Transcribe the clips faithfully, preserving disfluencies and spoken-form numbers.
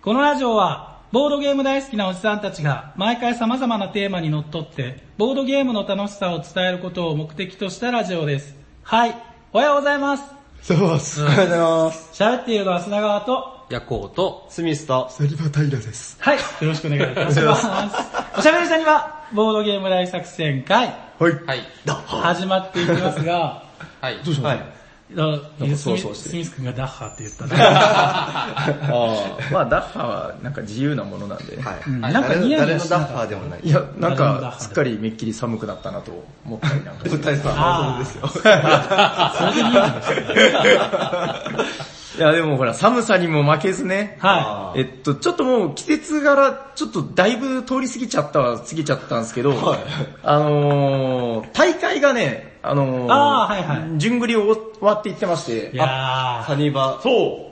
このラジオはボードゲーム大好きなおじさんたちが毎回様々なテーマにのっとってボードゲームの楽しさを伝えることを目的としたラジオです。はい、おはようございます。 そうです。おはようございます。 喋っているのは砂川とヤコウとスミスとサリバタイラです。 はい、よろしくお願いいたします。おしゃべりさんにはボードゲーム大作戦会はい、 はい、 始まっていきますが、 はい、 どうしますか、はい、 スミスミス君がダッハって言ったね。 あまあダッハはなんか自由なものなんで、 はい、 うん、なんかニヤニヤしなかった。 誰のダッハでもない。 いや、なんかすっかりめっきり寒くなったなと思ったりなんか。 大さんはですよ。 それでニヤニヤしてる。 いやでもほら寒さにも負けずね、 はい、えっとちょっともう季節柄ちょっとだいぶ通り過ぎちゃったは過ぎちゃったんですけど、はい、あのー、大会がね、あのー、 あはいはい、 順繰り終わっていってまして、 いやサニバ、 そう、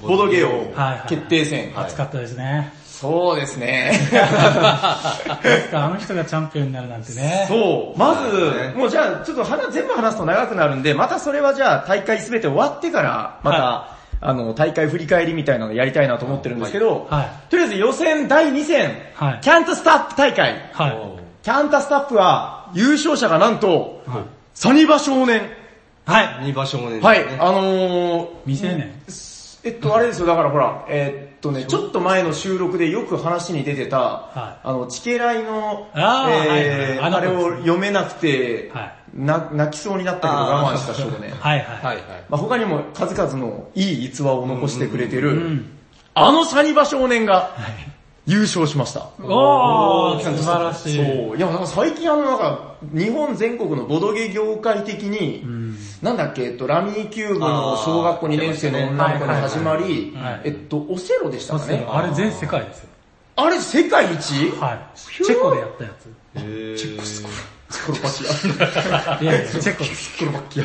ボードゲーム決定戦、 はいはい、熱かったですね。 そうですね。 あの人がチャンピオンになるなんてね。 そう。まず、もうじゃあ、ちょっと話全部話すと長くなるんで、またそれはじゃあ大会すべて終わってから、また、はい、あの、大会振り返りみたいなのやりたいなと思ってるんですけど、はいはい、とりあえず予選だいに戦、はい、キャンタスタップ大会。はい、キャンタスタップは、優勝者がなんと、はい、サニバ少年。 はい。 サニバ少年、ね。 はい。あのー、 未成年。 えっと、あれですよ、だからほら、えー、っとね、ちょっと前の収録でよく話に出てた、はい、あの、チケライの、あ,、えーはいはい、あれを読めなくて、はい、な泣きそうになったけど我慢した少年。 はいはいはい。 まあ、他にも数々のいい逸話を残してくれてる、うんうん、あのサニバ少年が優勝しました。 おー、素晴らしい。 そう。いや、なんか最近あの、なんか、日本全国のボドゲ業界的に、うん、なんだっけ、えっと、ラミーキューブの小学校にねん生の女の子に始まり、えっと、オセロでしたかね。 あれ全世界ですよ。 あれ世界一？ はい。チェコでやったやつ。 チェコスコスコロパキア。 いやいや、チェコスコロパキ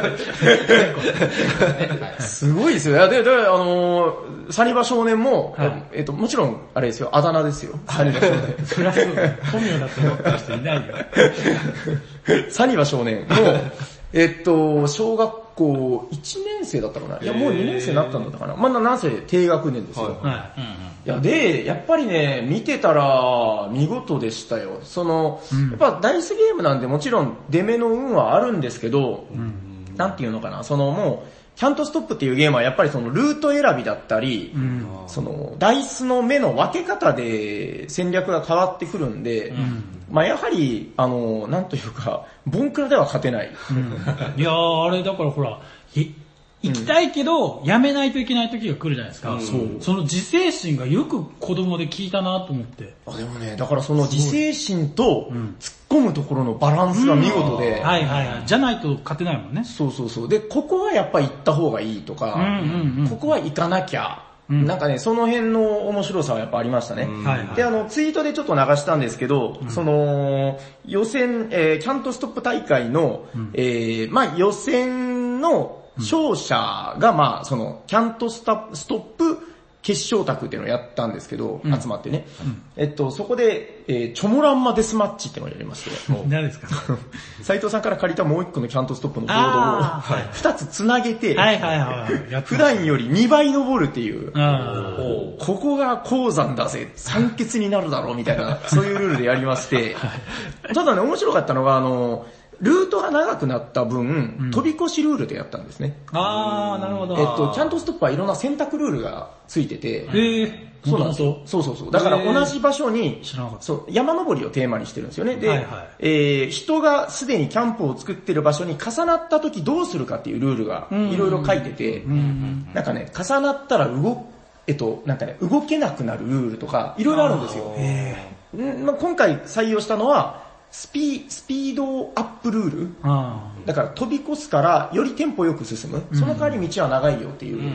ア。すごいですよ。いや、で、で、あのー、サニバ少年も、はい、えっと、もちろん、あれですよ、あだ名ですよ。サニバ少年。 そりゃそうだ。本名だって思ってる人いないよ。 サニバ少年の、えっと、小学校いちねん生だったかな。いや、もうにねん生になったんだったかな。まあ、なんせ低学年ですよ。はい。いや、で、やっぱりね、見てたら見事でしたよ。その、うん、やっぱダイスゲームなんでもちろん出目の運はあるんですけど、うん、なんていうのかな、そのもう、キャントストップっていうゲームはやっぱりそのルート選びだったり、うん、そのダイスの目の分け方で戦略が変わってくるんで、うん、まあやはり、あの、なんというか、ボンクラでは勝てない。 うん、いやー、あれだからほら、行きたいけど、やめないといけない時が来るじゃないですか。うん、そう。その自制心がよく子供で効いたなと思って。 あ、でもね、だからその自制心と突っ込むところのバランスが見事で。 うん、はいはいはい。じゃないと勝てないもんね。 そうそうそう。で、ここはやっぱ行った方がいいとか、うんうんうん、ここは行かなきゃ。うん、なんかね、その辺の面白さはやっぱありましたね。うんはいはい、で、あの、ツイートでちょっと流したんですけど、うん、その、予選、えー、キャントストップ大会の、うん、えー、まあ予選の、勝者が、まあ、その、キャントストップ決勝卓っていうのをやったんですけど、うん、集まってね。うん、えっと、そこで、えー、チョモランマデスマッチっていうのをやりまして。 何ですか斉藤さんから借りたもう一個のキャントストップのボードを、はい、二つつなげて、 はいはいはい、 普段よりにばい登るっていう、ここが鉱山だぜ、酸欠になるだろうみたいな、そういうルールでやりまして、ただね、面白かったのが、あの、ルートが長くなった分、うん、飛び越しルールでやったんですね。 あー、なるほど。 えっと、キャントストップはいろんな選択ルールがついてて、 へー。 そうなんですよ。そうそうそう。だから同じ場所に、そう山登りをテーマにしてるんですよね。で、はいはい、えー、人がすでにキャンプを作ってる場所に重なった時どうするかっていうルールがいろいろ書いてて、うんうん、なんかね、重なったら動、えっと、なんかね、動けなくなるルールとか、いろいろあるんですよ。へー。まあ、今回採用したのは、スピ、スピードアップルールあだから飛び越すからよりテンポよく進む。その代わり道は長いよっていう。うん、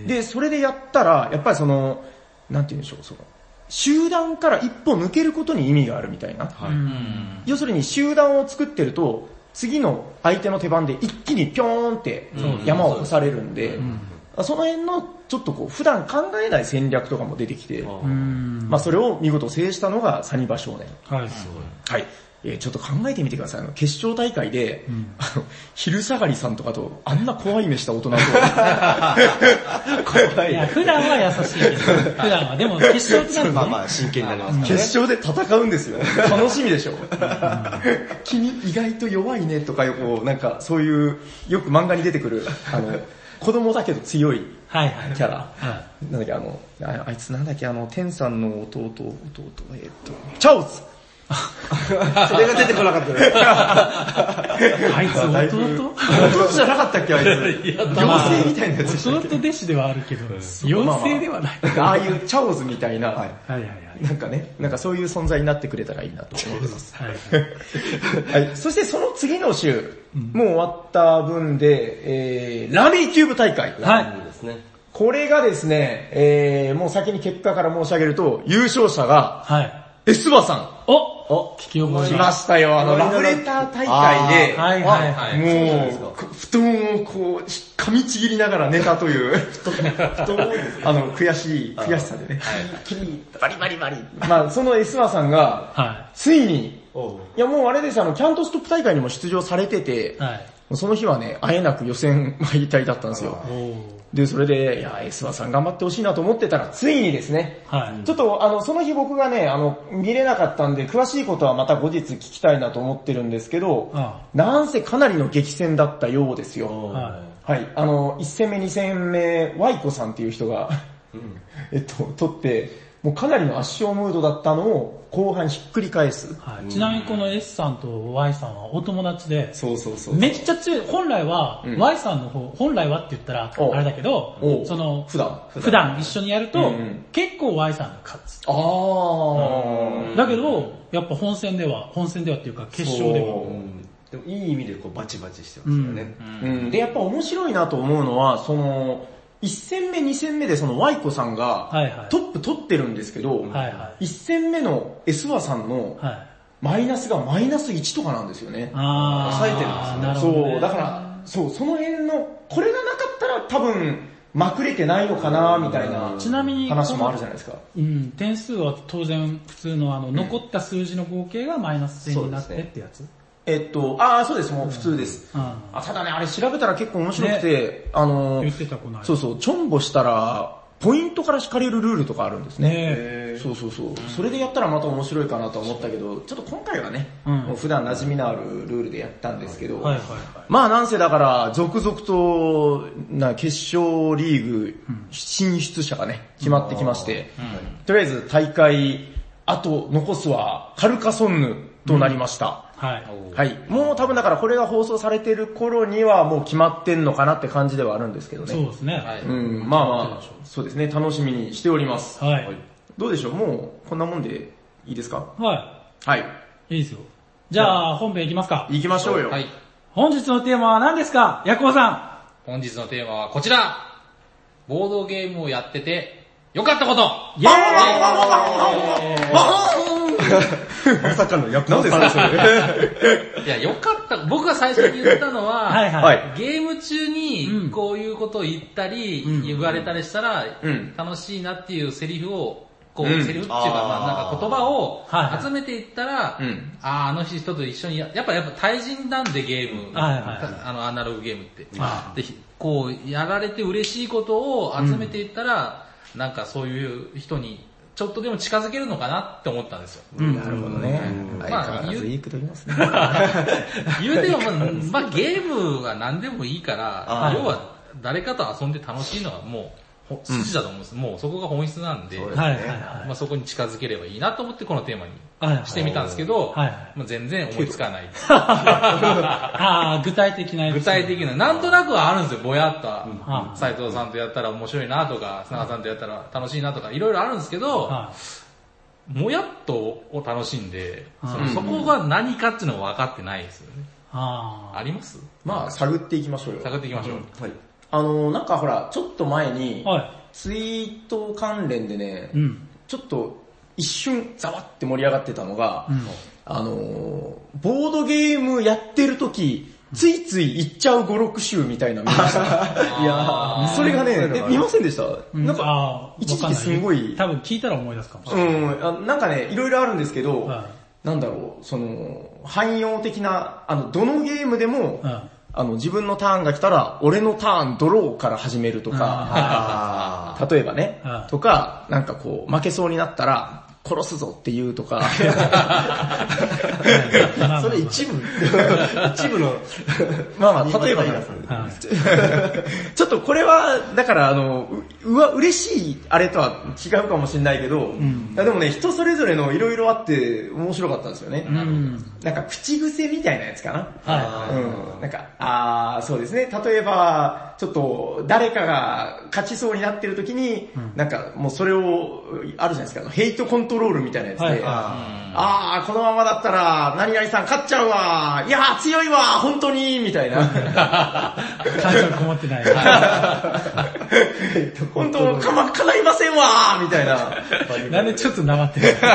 で、それでやったら、やっぱりその、なんて言うんでしょう、その、集団から一歩抜けることに意味があるみたいな。はい、要するに集団を作ってると、次の相手の手番で一気にピョーンって山を越されるんで、うんその辺のちょっとこう普段考えない戦略とかも出てきて、まあそれを見事制したのがサニバ少年。はい、すごい。はい。 えー、ちょっと考えてみてください。あの、決勝大会で、うん、あの、昼下がりさんとかと、あんな怖い目した大人と。 怖い。いや、普段は優しいけど、普段は。でも、決勝ってなると、ね、 まあまあ、真剣になりますからね。 決勝で戦うんですよ。楽しみでしょ。君意外と弱いねとかよ、こう、なんか、そういう、よく漫画に出てくる、あの、子供だけど強いキャラ。はいはいはい、なんだっけ、あのあ、あいつなんだっけ、あの、天さんの弟、弟、えー、っと、チャオズそれが出てこなかったね。 あいつ弟弟じゃなかったっけ、あいつ。妖精みたいなやつ。 弟弟子ではあるけど、妖精ではない。 ああいうチャオズみたいな、はいはいはい、なんかね、なんかそういう存在になってくれたらいいなと思ってます。はいはい、そしてその次の週、うん、もう終わった分で、えー、ラミーキューブ大会。 はい。ですね。 これがですね、えー、もう先に結果から申し上げると、優勝者が、はい。エスバさん。 おお聞き覚え来ましたよ、あの、ラブレター大会で、はいはいはい、もう、布団をこう、噛みちぎりながら寝たという、あの、悔しい、悔しさでね、バリバリバリ。まあ、そのエスバさんが、はい、ついに、いやもうあれです、あの、キャントストップ大会にも出場されてて、はい、その日はね、会えなく予選敗退だったんですよ。で、それで、いや、エスワさん頑張ってほしいなと思ってたら、ついにですね、はい、ちょっと、あの、その日僕がね、あの、見れなかったんで、詳しいことはまた後日聞きたいなと思ってるんですけど、ああなんせかなりの激戦だったようですよ。はい。はい。あの、いち戦目、に戦目、ワイコさんっていう人が、うん、えっと、取って、もうかなりの圧勝ムードだったのを後半ひっくり返す。 はい、ちなみにこの S さんと Y さんはお友達で、 そうそうそう。 めっちゃ強い。本来は、うん、Y さんの方、本来はって言ったらあれだけど、その、 普段、 普段一緒にやると、うんうん、結構 Y さんが勝つ。あー。だけど、やっぱ本戦では、本戦ではっていうか決勝では。 でもいい意味でこうバチバチしてますよね、 うんうん。で、やっぱ面白いなと思うのは、その、いち戦目、に戦目でそのワイコさんがトップ取ってるんですけど、はいはい、いち戦目のエスワさんのマイナスがマイナスいちとかなんですよね。 あ抑えてるんですよね。そう、だから、そう、その辺の、これがなかったら多分、まくれてないのかなみたいな話もあるじゃないですか。 うん、点数は当然普通のあの、残った数字の合計がマイナスいちになってってやつ。 えっと、ああ、そうです、もう普通です。うん、あただね、あれ調べたら結構面白くて、ね、あの、 言ってたこないそうそう、チョンボしたら、ポイントから引かれるルールとかあるんですね。ねそうそうそう。それでやったらまた面白いかなと思ったけど、ちょっと今回はね、うん、もう普段馴染みのあるルールでやったんですけど、はいはいはい、まあなんせだから、続々とな決勝リーグ進出者がね、決まってきまして、うんうん、とりあえず大会、あと残すはカルカソンヌとなりました。うんはい。はい。もう多分だからこれが放送されてる頃にはもう決まってんのかなって感じではあるんですけどね。 そうですね。はい。 うん、まあまあ、そうですね。楽しみにしております。はい。どうでしょう、もうこんなもんでいいですか？ はい。 はい。 いいですよ。じゃあ本編いきますか。 行きましょうよ。 はい。本日のテーマは何ですか？ヤコウさん。 本日のテーマはこちら。ボードゲームをやってて良かったこと。 イェーイまさかのヤコウさんそれ。 いや、良かった。僕が最初に言ったのは、はいはい、ゲーム中にこういうことを言ったり、うん、言われたりしたら、うん、楽しいなっていうセリフを、こう、うん、セリフっていうか、まあ、なんか言葉を集めていったら、はいはい、ああ、あの人と一緒にや、やっぱやっぱ対人なんでゲーム、はいはい、あのアナログゲームって。で、こう、やられて嬉しいことを集めていったら、うん、なんかそういう人に、ちょっとでも近づけるのかなって思ったんですよ。 うん、なるほどね。まあ、言う、いいこと言いますね。 言うても、まあ、ゲームは何でもいいから、要は誰かと遊んで楽しいのはもう、筋だと思うんです。うん、もうそこが本質なんで、でね、まあ、そこに近づければいいなと思ってこのテーマにしてみたんですけど、はいはい、まあ、全然思いつかない。 あ具体的なやつ。 具体的な。なんとなくはあるんですよ、ぼやっと。斉、うん、藤さんとやったら面白いなとか、砂川さんとやったら楽しいなとか、いろいろあるんですけど、はい、もやっとを楽しんで、その、そこが何かっていうのが分かってないですよね。あ, ありますまあ、探っていきましょうよ。 探っていきましょう。うん、はい。 あの、なんかほら、ちょっと前に、ツイート関連でね、はい、ちょっと一瞬ざわって盛り上がってたのが、うん、あの、ボードゲームやってる時、ついつい行っちゃうご、ろく週みたいな見ました。いやー、それがね、え、見ませんでした？うん、なんか、一時期すごい。 多分聞いたら思い出すかもしれない。 うん、あなんかね、いろいろあるんですけど、はい、 なんだろう、その、汎用的な、あの、どのゲームでも、うん、あの、自分のターンが来たら、俺のターンドローから始めるとか、例えばね、とか、なんかこう、負けそうになったら、殺すぞって言うとか。 それ一部一部の。 まあまあ、例えば、ちょっとこれは、だからあの、うわ、嬉しいあれとは違うかもしれないけど、うん、でもね、人それぞれのいろいろあって面白かったんですよね。うん、なんか口癖みたいなやつかな。はいうん、なんか、あー、そうですね。例えば、ちょっと誰かが勝ちそうになってる時に、うん、なんかもうそれを、あるじゃないですか、ヘイトコントロールみたいなやつで、はい、あー、このままだったら、何々さん勝っちゃうわいやー強いわ本当にみたいな。 感情こもってない。 本当、かま、叶いませんわみたいな。 なんでちょっとなまってる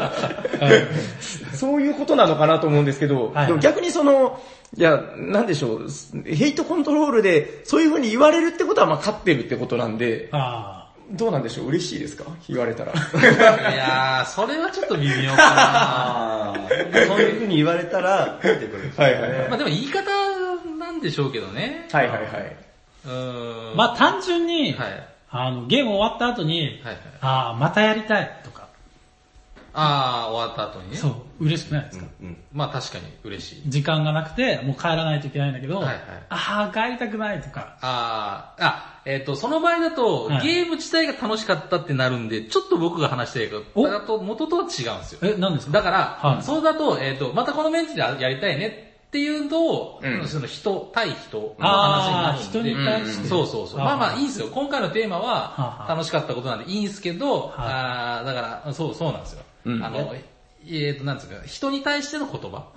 そういうことなのかなと思うんですけど、はい、でも逆にその、いや、なんでしょう、ヘイトコントロールで、そういう風に言われるってことは、まあ、勝ってるってことなんで、あどうなんでしょう、嬉しいですか言われたら。 いやー、それはちょっと微妙かなそういう風に言われたら、出てくるんですよね。はいはいはい。 まあでも言い方なんでしょうけどね。 はいはいはい。 うーんまあ単純に、はい、あのゲーム終わった後に、はいはい、あー、またやりたいとか。 あー、終わった後にね。 そう、嬉しくないですか、 うんうん、まあ確かに嬉しい。 時間がなくて、もう帰らないといけないんだけど、はいはい、あー、帰りたくないとか。 あー、あ、えっ、ー、と、その場合だと、はい、ゲーム自体が楽しかったってなるんで、ちょっと僕が話したいけど、だと元とは違うんですよ。 え、何ですかだから、はい、そうだと、えっ、ー、と、またこのメンツでやりたいねっていうと、うん、その人、対人の話になるんで。 人に対して。 そうそうそう。まあまあいいんですよ。今回のテーマは楽しかったことなんでいいんですけど、あだから、そうそうなんですよ。うん、あの、えっ、ー、と、なんですか、人に対しての言葉とか、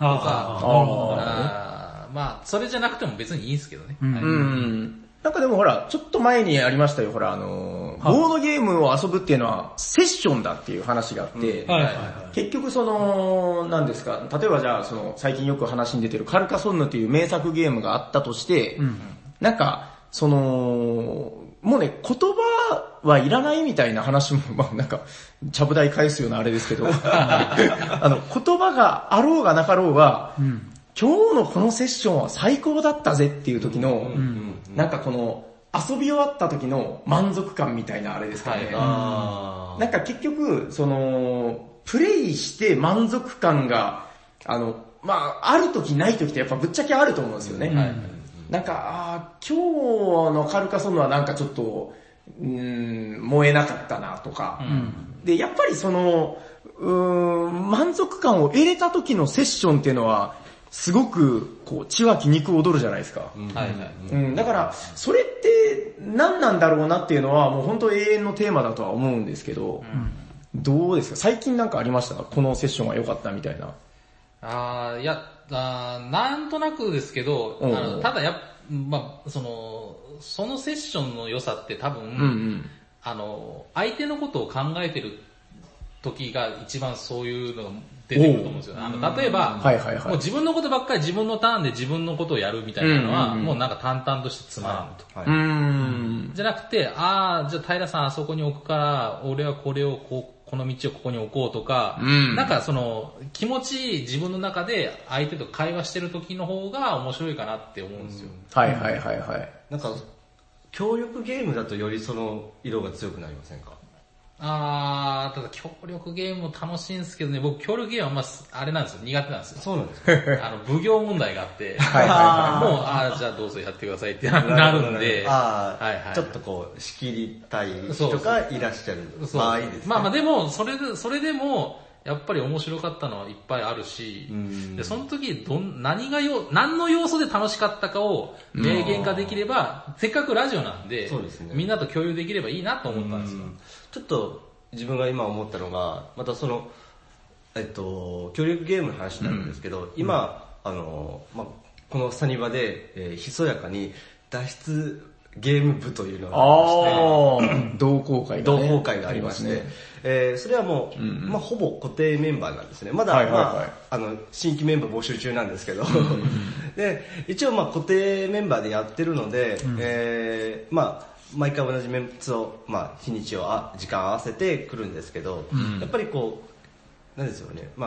ああまあ、それじゃなくても別にいいんですけどね。 うん。はい、うんなんかでもほら、ちょっと前にありましたよ、ほら、あの、ボードゲームを遊ぶっていうのはセッションだっていう話があって、うんはいはいはい、結局その、何ですか、例えばじゃあ、その、最近よく話に出てるカルカソンヌっていう名作ゲームがあったとして、うん、なんか、その、もうね、言葉はいらないみたいな話も、まあなんか、ちゃぶ台返すようなあれですけど、あの、言葉があろうがなかろうが、うん今日のこのセッションは最高だったぜっていう時の、なんかこの遊び終わった時の満足感みたいなあれですかね。はい、なんか結局、その、プレイして満足感が、あの、まあある時ない時ってやっぱぶっちゃけあると思うんですよね。はい、なんか、あ今日のカルカソンヌはなんかちょっと、うーん、燃えなかったなとか。うん、で、やっぱりその、うーん、満足感を得れた時のセッションっていうのは、すごく、こう、血は気肉踊るじゃないですか。うんはいはいうん、だから、それって何なんだろうなっていうのは、もう本当永遠のテーマだとは思うんですけど、うん、どうですか最近なんかありましたかこのセッションが良かったみたいな。 あー、いや、あなんとなくですけど、あのただやっまあ、その、そのセッションの良さって多分、うんうん、あの、相手のことを考えてる時が一番そういうのが出てくると思うんですよ。あの例えば、はいはいはい、もう自分のことばっかり自分のターンで自分のことをやるみたいなのは、うんうんうん、もうなんか淡々としてつまらんと。はいはい、うんじゃなくて、ああ、じゃあ平さんあそこに置くから、俺はこれをこう、この道をここに置こうとか、うん、なんかその、気持ちいい自分の中で相手と会話してる時の方が面白いかなって思うんですよ。 うん、はいはいはいはい。 なんか、協力ゲームだとよりその色が強くなりませんかあー、ただ協力ゲームも楽しいんですけどね、僕協力ゲームはあんま、あれなんですよ、苦手なんですよ。 そうなんですかあの、奉行問題があって、はいはいはい、もう、あー、じゃあどうぞやってくださいってなるんで、 あー、はいはい、ちょっとこう、仕切りたい人がいらっしゃる場合ですね。 まあまあでも、それで、それでも、やっぱり面白かったのはいっぱいあるし、でその時どん、何がよ、何の要素で楽しかったかを明言化できれば、せっかくラジオなんで、そうですね、みんなと共有できればいいなと思ったんですよ。 ちょっと自分が今思ったのが、またその、えっと、協力ゲームの話になるんですけど、うん、今、あの、まあ、このサニバで、えー、ひそやかに脱出ゲーム部というのがありまして、 同好会が、ね、同好会がありまして、ねえー、それはもう、うんうん、まあ、ほぼ固定メンバーなんですね。まだ、はいはいはいまあ、あの新規メンバー募集中なんですけど、で一応まあ固定メンバーでやってるので、うんえー、まあ毎回同じメンツを、まあ、日にちをあ時間合わせて来るんですけど、うん、やっぱりこうなんですよね、まあ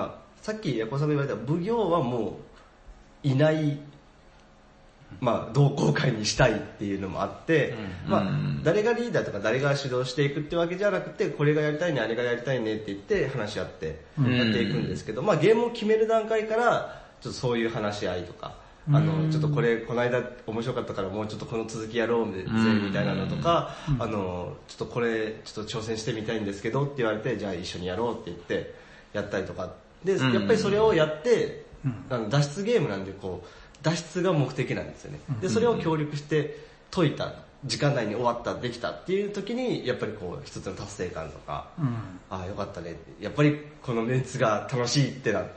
さっきヤコさんが言われた奉行はもういないまあ、同好会にしたいっていうのもあって、うん、まあ、誰がリーダーとか誰が主導していくってわけじゃなくて、これがやりたいね、あれがやりたいねって言って話し合ってやっていくんですけど、まあ、ゲームを決める段階から、ちょっとそういう話し合いとか、あの、ちょっとこれ、この間面白かったからもうちょっとこの続きやろうぜ、みたいなのとか、あの、ちょっとこれ、ちょっと挑戦してみたいんですけどって言われて、じゃあ一緒にやろうって言って、やったりとか。で、やっぱりそれをやって、あの脱出ゲームなんで、こう、脱出が目的なんですよね。で、それを協力して解いた、時間内に終わった、できたっていう時に、やっぱりこう、一つの達成感とか、うん、ああ、よかったね。やっぱりこのメンツが楽しいってなって、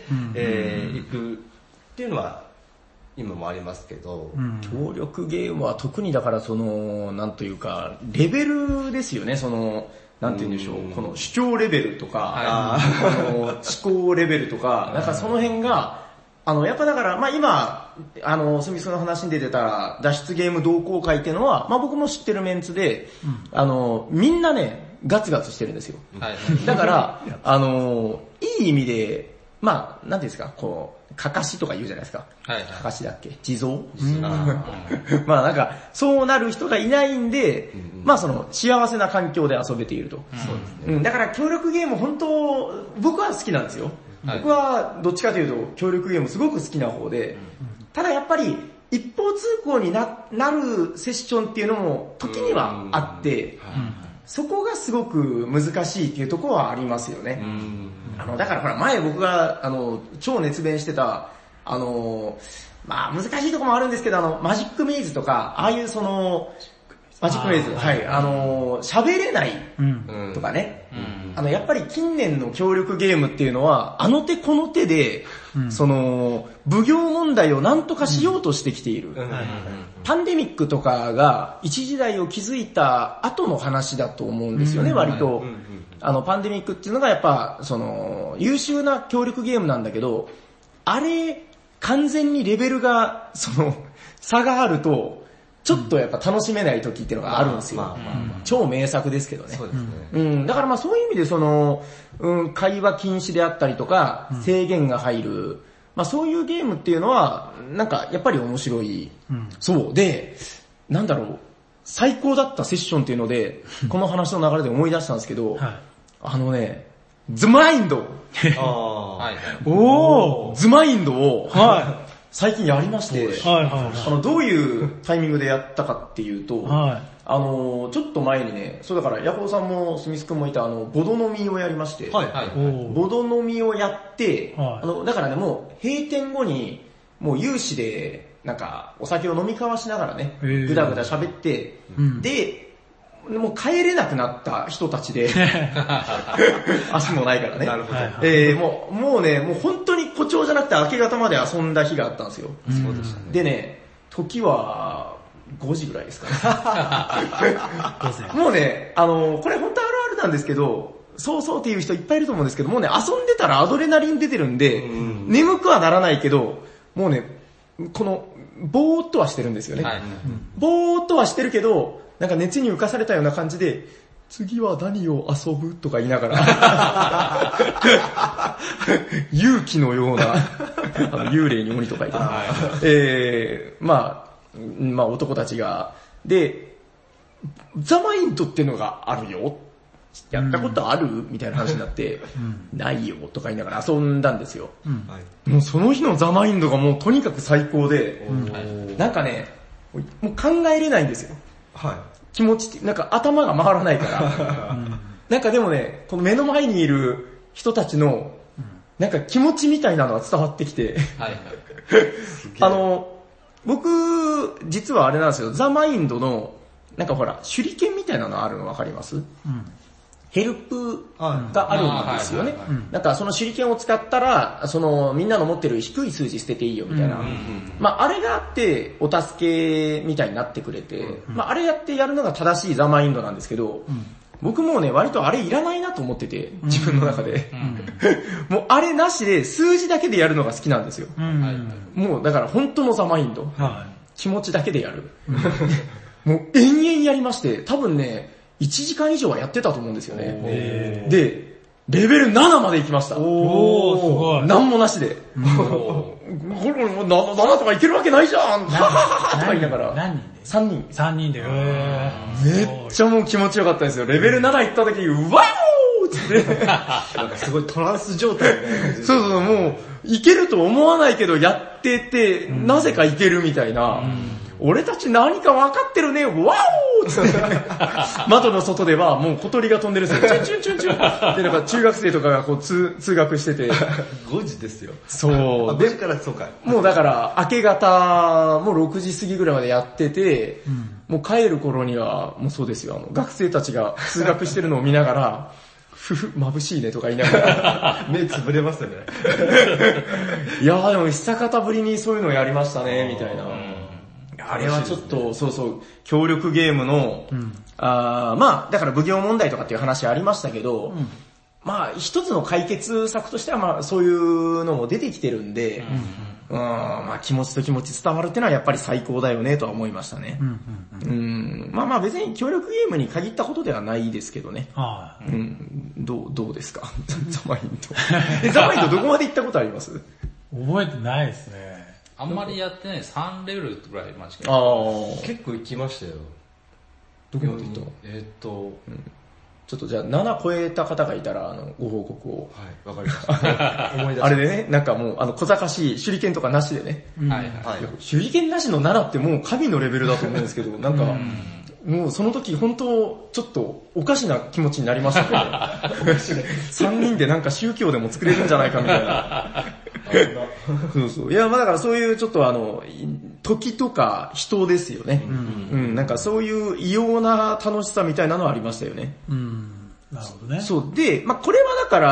うん、えー、行くっていうのは、今もありますけど、 うん、協力ゲームは特にだからその、なんというか、レベルですよね、その、なんて言うんでしょう、うん、この主張レベルとか、はい、あの思考レベルとか、なんかその辺が、あの、やっぱだから、まあ今、あの、スミスの話に出てた脱出ゲーム同好会っていうのは、まあ僕も知ってるメンツで、うん、あの、みんなね、ガツガツしてるんですよ。はい、だから、あの、いい意味で、まあ、なんていうんですか、こう、かかしとか言うじゃないですか。はいはい、かかしだっけ地蔵、うん、まあなんか、そうなる人がいないんで、うん、まあその、幸せな環境で遊べていると。うん、そうですね。うん、だから協力ゲーム本当、僕は好きなんですよ。僕はどっちかというと協力ゲームすごく好きな方で、ただやっぱり一方通行に な, なるセッションっていうのも時にはあって、そこがすごく難しいっていうところはありますよね。あのだからほら前僕があの超熱弁してた、あのまあ難しいところもあるんですけど、あのマジックメイズとか、ああいうその、マジックメイズ、はい、あのー、喋れないとかね、うん、あの、やっぱり近年の協力ゲームっていうのは、あの手この手で、うん、その、奉行問題を何とかしようとしてきている。うん、パンデミックとかが一時代を築いた後の話だと思うんですよね、うん、割と。あの、パンデミックっていうのがやっぱ、その、優秀な協力ゲームなんだけど、あれ、完全にレベルが、その、差があると、ちょっとやっぱ楽しめない時っていうのがあるんですよ。まあまあまあまあ、超名作ですけどね。そうですね。うん。だからまあそういう意味でその、うん、会話禁止であったりとか、制限が入る、まあそういうゲームっていうのは、なんかやっぱり面白い。うん、そう。で、なんだろう、最高だったセッションっていうので、この話の流れで思い出したんですけど、はい、あのね、ズマインド。あはい、おー、ズマインドを、はい最近やりまして、はいはいはい、あのどういうタイミングでやったかっていうと、はい、あのちょっと前にね、そうだからヤコウさんもスミス君もいたあのボド飲みをやりまして、はいはいはい、ボド飲みをやって、はい、あのだからねもう閉店後にもう有志でなんかお酒を飲み交わしながらね、ぐだぐだ喋って、うん、でもう帰れなくなった人たちで足もないからね。なるほど。えー、もう、もうね、もう本当に誇張じゃなくて明け方まで遊んだ日があったんですよ。そうでしたね。でね、時はごじぐらいですかね。もうね、あの、これ本当あるあるなんですけど、そうそうっていう人いっぱいいると思うんですけど、もうね、遊んでたらアドレナリン出てるんで、ん眠くはならないけど、もうね、この、ぼーっとはしてるんですよね。はい、ぼーっとはしてるけど、なんか熱に浮かされたような感じで、次は何を遊ぶとか言いながら、勇気のような、あの幽霊に鬼とか言って、えー、まあ、まあ男たちが、で、ザマインドっていうのがあるよ。やったことある、うん、みたいな話になって、うん、ないよとか言いながら遊んだんですよ。うん、もうその日のザマインドがもうとにかく最高で、うん、なんかね、もう考えれないんですよ。はい、気持ち、なんか頭が回らないから。うん、なんかでもね、この目の前にいる人たちの、なんか気持ちみたいなのが伝わってきて、はい、あの、僕、実はあれなんですよ、ザ・マインドの、なんかほら、手裏剣みたいなのあるの分かります？うん、ヘルプがあるんですよね。なんかその手裏剣を使ったら、そのみんなの持ってる低い数字捨てていいよみたいな。うんうんうん、まああれがあってお助けみたいになってくれて、うん、まああれやってやるのが正しいザ・マインドなんですけど、うん、僕もね割とあれいらないなと思ってて、自分の中で。うん、もうあれなしで数字だけでやるのが好きなんですよ。うん、もうだから本当のザ・マインド。はい、気持ちだけでやる。もう延々やりまして、多分ね、いちじかん以上はやってたと思うんですよね。で、 レベルななまで行きました。 おー、すごい。 なんもなしで。これもうななとかいけるわけないじゃんとか言いながら。 何人で ? さんにん。 さんにんで。 めっちゃもう気持ちよかったですよ。レベルなな行った時、うわーって。 なんかすごいトランス状態ね。 そうそう、もう、いけると思わないけどやってて、うん、なぜかいけるみたいな。うん、俺たち何か分かってるね、ワオーって窓の外ではもう小鳥が飛んでるんですよ。チュンチュンチュンチュン。で、なんか中学生とかがこう通通学してて。 ごじですよ。 そう。 ごじからそうか。 もうだから明け方、もうろくじ過ぎぐらいまでやってて、うん、もう帰る頃には、もうそうですよ、あの学生たちが通学してるのを見ながら、ふふ、眩しいねとか言いながら。 目つぶれますよね。 いやーでも久方ぶりにそういうのをやりましたね、みたいな。あれはちょっと、ね、そうそう、協力ゲームの、うん、あまあ、だから奉行問題とかっていう話ありましたけど、うん、まあ、一つの解決策としては、まあ、そういうのも出てきてるんで、うん、うん、まあ、気持ちと気持ち伝わるっていうのはやっぱり最高だよね、とは思いましたね。うんうんうん、まあまあ、別に協力ゲームに限ったことではないですけどね。あうん、どう、どうですかザマインド。え、ザマインドどこまで行ったことあります？ 覚えてないですね。 あんまりやってない、さんレベルぐらいまで。 ああ。結構行きましたよ。 どこまで行ったの？ えー、っと、 うん、ちょっとじゃあなな超えた方がいたら、あの、ご報告を。 はい、わかりました。思い出した。 あれでね、なんかもう、あの、小賢しい手裏剣とかなしでね。うん、はいはい。手裏剣なしのななってもう神のレベルだと思うんですけど、なんか、もうその時本当、ちょっとおかしな気持ちになりましたけど、さんにんでなんか宗教でも作れるんじゃないかみたいな。そうそう。いや、まあだからそういうちょっとあの、時とか人ですよね。うん、うん。なんかそういう異様な楽しさみたいなのはありましたよね。うん。 なるほどね。 そう。で、まあこれはだから、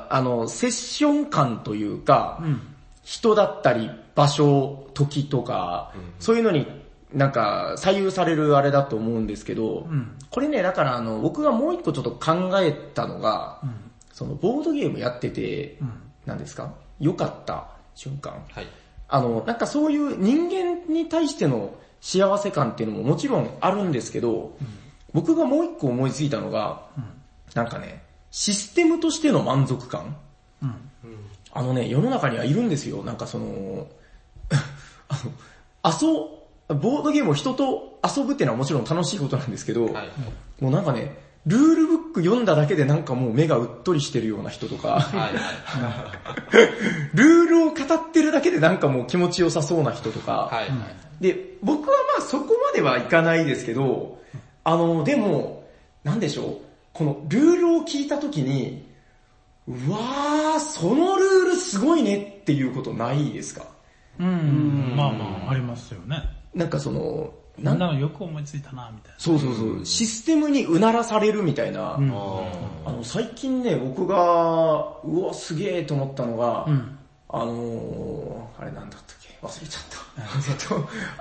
あの、セッション感というか、うん、人だったり、場所、時とか、うん、そういうのになんか左右されるあれだと思うんですけど、うん、これね、だからあの、僕がもう一個ちょっと考えたのが、うん、そのボードゲームやってて、うん、何ですか？良かった瞬間。はい。あの、なんかそういう人間に対しての幸せ感っていうのももちろんあるんですけど、うん、僕がもう一個思いついたのが、うん、なんかね、システムとしての満足感。うん、あのね、世の中にはいるんですよ。なんかその、あの、遊、ボードゲームを人と遊ぶっていうのはもちろん楽しいことなんですけど、はい、もうなんかね、ルールブック読んだだけでなんかもう目がうっとりしてるような人とか、はいはい、ルールを語ってるだけでなんかもう気持ちよさそうな人とか、はいはい、で、僕はまあそこまではいかないですけど、あの、でも、なんでしょう、このルールを聞いたときに、うわー、そのルールすごいねっていうことないですか？ うん、うんまあまあありますよね。 なんかその、 なんだろうよく思いついたなみたいな。 そうそうそう。システムにうならされるみたいな。うん、あの最近ね、僕が、うわ、すげーと思ったのが、うん、あのー、あれなんだったっけ忘れちゃった。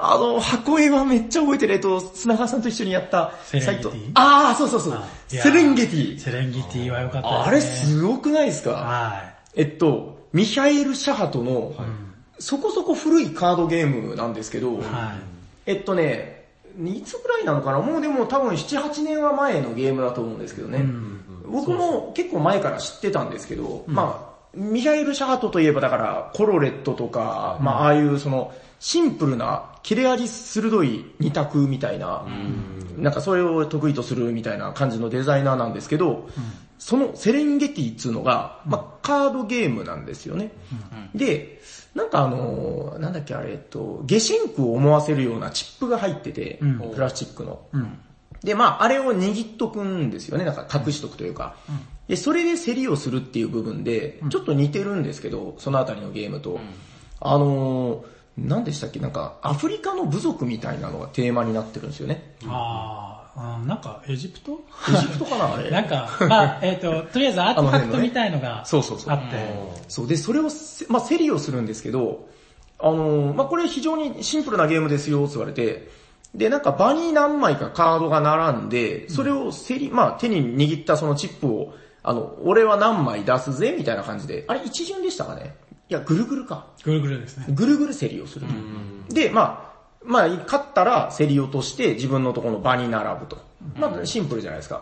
あの、箱絵はめっちゃ覚えてる。えっと、砂川さんと一緒にやったサイト。 ああ、そうそうそう。セレンゲティ。 セレンゲティは良かったですね。 あれすごくないですか？はい。えっと、ミハエル・シャハトの、はい、そこそこ古いカードゲームなんですけど、はいえっとね、いつぐらいなのかなもうでも多分なな、はちねんは前のゲームだと思うんですけどね。うんうん、僕も結構前から知ってたんですけど、うん、まあ、ミハエル・シャハトといえばだからコロレットとか、うん、まあああいうそのシンプルな切れ味鋭い二択みたいな、うん、なんかそれを得意とするみたいな感じのデザイナーなんですけど、うん、そのセレンゲティっていうのが、まあカードゲームなんですよね。うん、で、なんかあのー、なんだっけあれ、えっと、ゲシンクを思わせるようなチップが入ってて、うん、プラスチックの、うん。で、まああれを握っとくんですよね。なんか隠しとくというか。うん、で、それで競りをするっていう部分で、ちょっと似てるんですけど、そのあたりのゲームと。うん、あのー、何でしたっけなんか、アフリカの部族みたいなのがテーマになってるんですよね。 ああ、なんかエジプトエジプトかなあれ。 なんか、まあ、えっ、ー、と、とりあえずアーティファクトみたいのがあって。そうそうそう。 そうで、それを、まあ、競りをするんですけど、あのー、まあ、これ非常にシンプルなゲームですよ、って言われて、で、なんか場に何枚かカードが並んで、それを競り、まあ、手に握ったそのチップを、あの、俺は何枚出すぜ、みたいな感じで、あれ一巡でしたかねいや、ぐるぐるか。 ぐるぐるですね。 ぐるぐる競りをする。で、まあ、まあ、勝ったら競り落として自分のところの場に並ぶと。まあ、シンプルじゃないですか。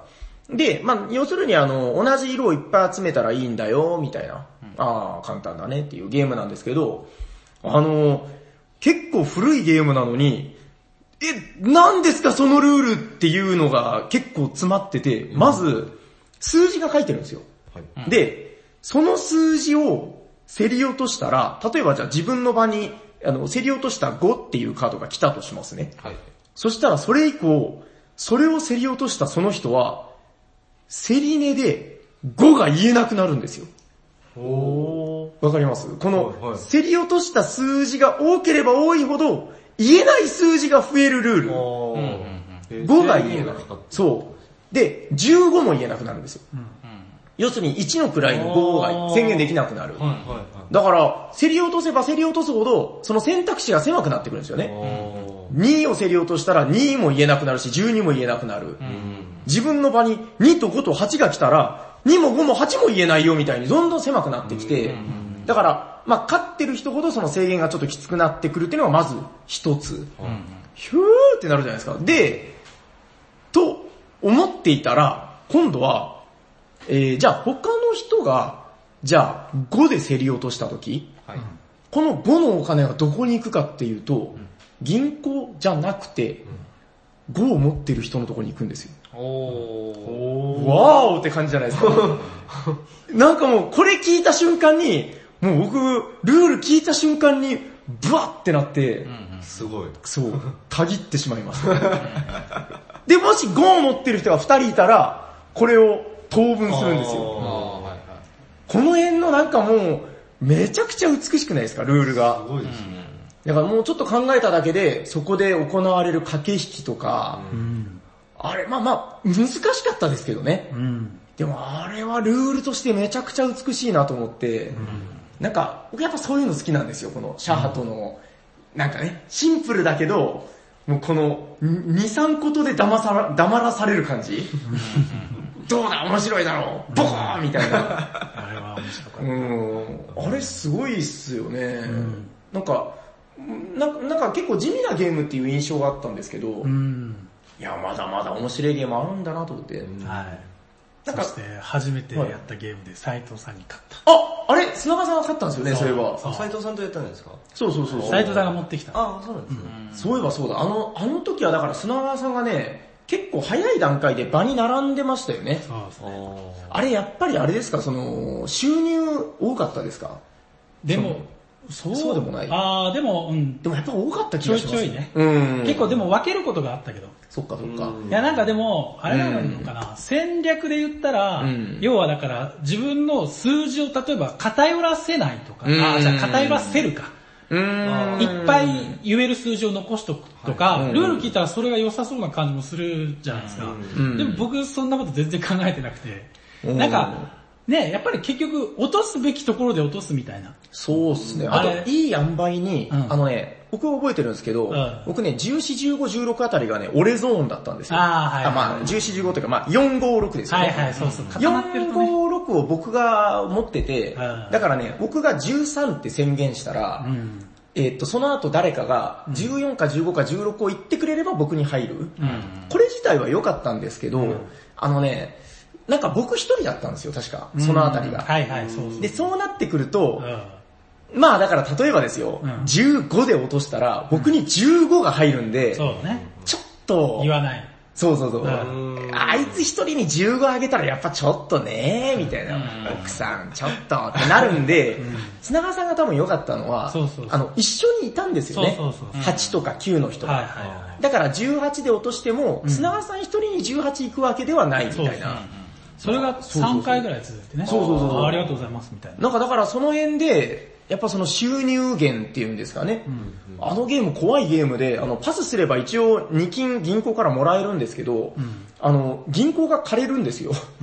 で、まあ、要するにあの、同じ色をいっぱい集めたらいいんだよ、みたいな。うん、ああ、簡単だねっていうゲームなんですけど、あの、結構古いゲームなのに、え、何ですかそのルールっていうのが結構詰まってて、まず、数字が書いてるんですよ。はい、で、その数字を競り落としたら、例えばじゃあ自分の場に、あの、競り落としたごっていうカードが来たとしますね。はい、そしたらそれ以降、それを競り落としたその人は、競り値でごが言えなくなるんですよ。おー。わかります？この、はいはい、競り落とした数字が多ければ多いほど、言えない数字が増えるルール。ごが言えない。そう。で、じゅうごも言えなくなるんですよ。うんうん、要するにいちの位のごが宣言できなくなる。はいはいはい、だから、競り落とせば競り落とすほど、その選択肢が狭くなってくるんですよね。にを競り落としたらにも言えなくなるし、じゅうにも言えなくなる。うん、自分の場ににとごとはちが来たら、にもごもはちも言えないよみたいにどんどん狭くなってきて、だから、まあ勝ってる人ほどその制限がちょっときつくなってくるっていうのがまず一つ。うん、ヒューってなるじゃないですか。で、と思っていたら、今度は、えー、じゃあ他の人が、じゃあごで競り落としたとき、はい、このごのお金がどこに行くかっていうと、うん、銀行じゃなくて、ごを持ってる人のところに行くんですよ。おー。わーおって感じじゃないですか。なんかもうこれ聞いた瞬間に、もう僕、ルール聞いた瞬間に、ブワッってなって、うんうん、すごい。そう、たぎってしまいます。で、もしごを持ってる人がふたりいたら、これを当分するんですよ。この辺のなんかもう、めちゃくちゃ美しくないですか、ルールが。すごいですね。だからもうちょっと考えただけで、そこで行われる駆け引きとか、うん、あれ、まあまあ、難しかったですけどね。うん、でもあれはルールとしてめちゃくちゃ美しいなと思って、うん、なんか、僕やっぱそういうの好きなんですよ、このシャハトの、うん、なんかね、シンプルだけど、もうこのに、さんことで騙さら、黙らされる感じどうだ面白いだろうボーンみたいな。あれは面白かった。うん。あれすごいっすよね。うん、なんかな、なんか結構地味なゲームっていう印象があったんですけど、うん、いや、まだまだ面白いゲームあるんだなと思って。うん、はい。 なんかそして初めてやったゲームで斉藤さんに勝った。 あ、あれ砂川さんが勝ったんですよね、そういえば。 斉藤さんとやったんですか？ そうそうそうそう。 斉藤さんが持ってきた。 あ、そうなんですね、 うん。そういえばそうだ。あの、あの時はだから砂川さんがね、結構早い段階で場に並んでましたよね。そうですね。あれやっぱりあれですか、その、収入多かったですか？ でも、 そうそうでもない。 ああ、でも、うん。 でもやっぱ多かった気がします。 ちょいちょいね。うん。結構でも分けることがあったけど。 そっかそっか。 いやなんかでも、あれなのかな、うん、戦略で言ったら、うん、要はだから自分の数字を例えば偏らせないとか、うん、あ、じゃあ偏らせるか。うんいっぱい言える数字を残しとくとか、はい、ルール聞いたらそれが良さそうな感じもするじゃないですか。うん、でも僕そんなこと全然考えてなくて、なんか、ね、やっぱり結局落とすべきところで落とすみたいな。 そうっすね。あと、いい塩梅に、うん、あのね、僕覚えてるんですけど、うん、僕ね、じゅうよん、じゅうご、じゅうろくあたりがね、俺ゾーンだったんですよ。あはい、はい、あまあ、じゅうよん、じゅうごというか、まあ、よん、ご、ろくですよね。はいはい、そうそう。よん、ご、ろくを僕が持ってて、だからね、僕がじゅうさんって宣言したら、うん、えー、っと、その後誰かがじゅうよんかじゅうごかじゅうろくを言ってくれれば僕に入る。うん、これ自体は良かったんですけど、うん、あのね、なんか僕一人だったんですよ、確か。そのあたりが。はいはい、そうそう。で、そうなってくると、うん、まあだから例えばですよ、うん、じゅうごで落としたら、僕にじゅうごが入るんで、うん、そうね。ちょっと、 言わない。 そうそうそう。あいつ一人にじゅうごあげたらやっぱちょっとねみたいな。奥さん、ちょっとってなるんで、砂川さんが多分良かったのは、そうそうそうあの、一緒にいたんですよね。そうそうそうはちとかきゅうの人が。はいはいはい、だからじゅうはちで落としても、砂川さん一人にじゅうはち行くわけではないみたいな。そうそうそれがさんかいぐらい続いてね。そうそうそう。ありがとうございますみたいな。 なんかだからその辺で、やっぱその収入源っていうんですかね。うんうん、あのゲーム怖いゲームで、あのパスすれば一応に金銀行からもらえるんですけど、うん、あの銀行が枯れるんですよ。うん、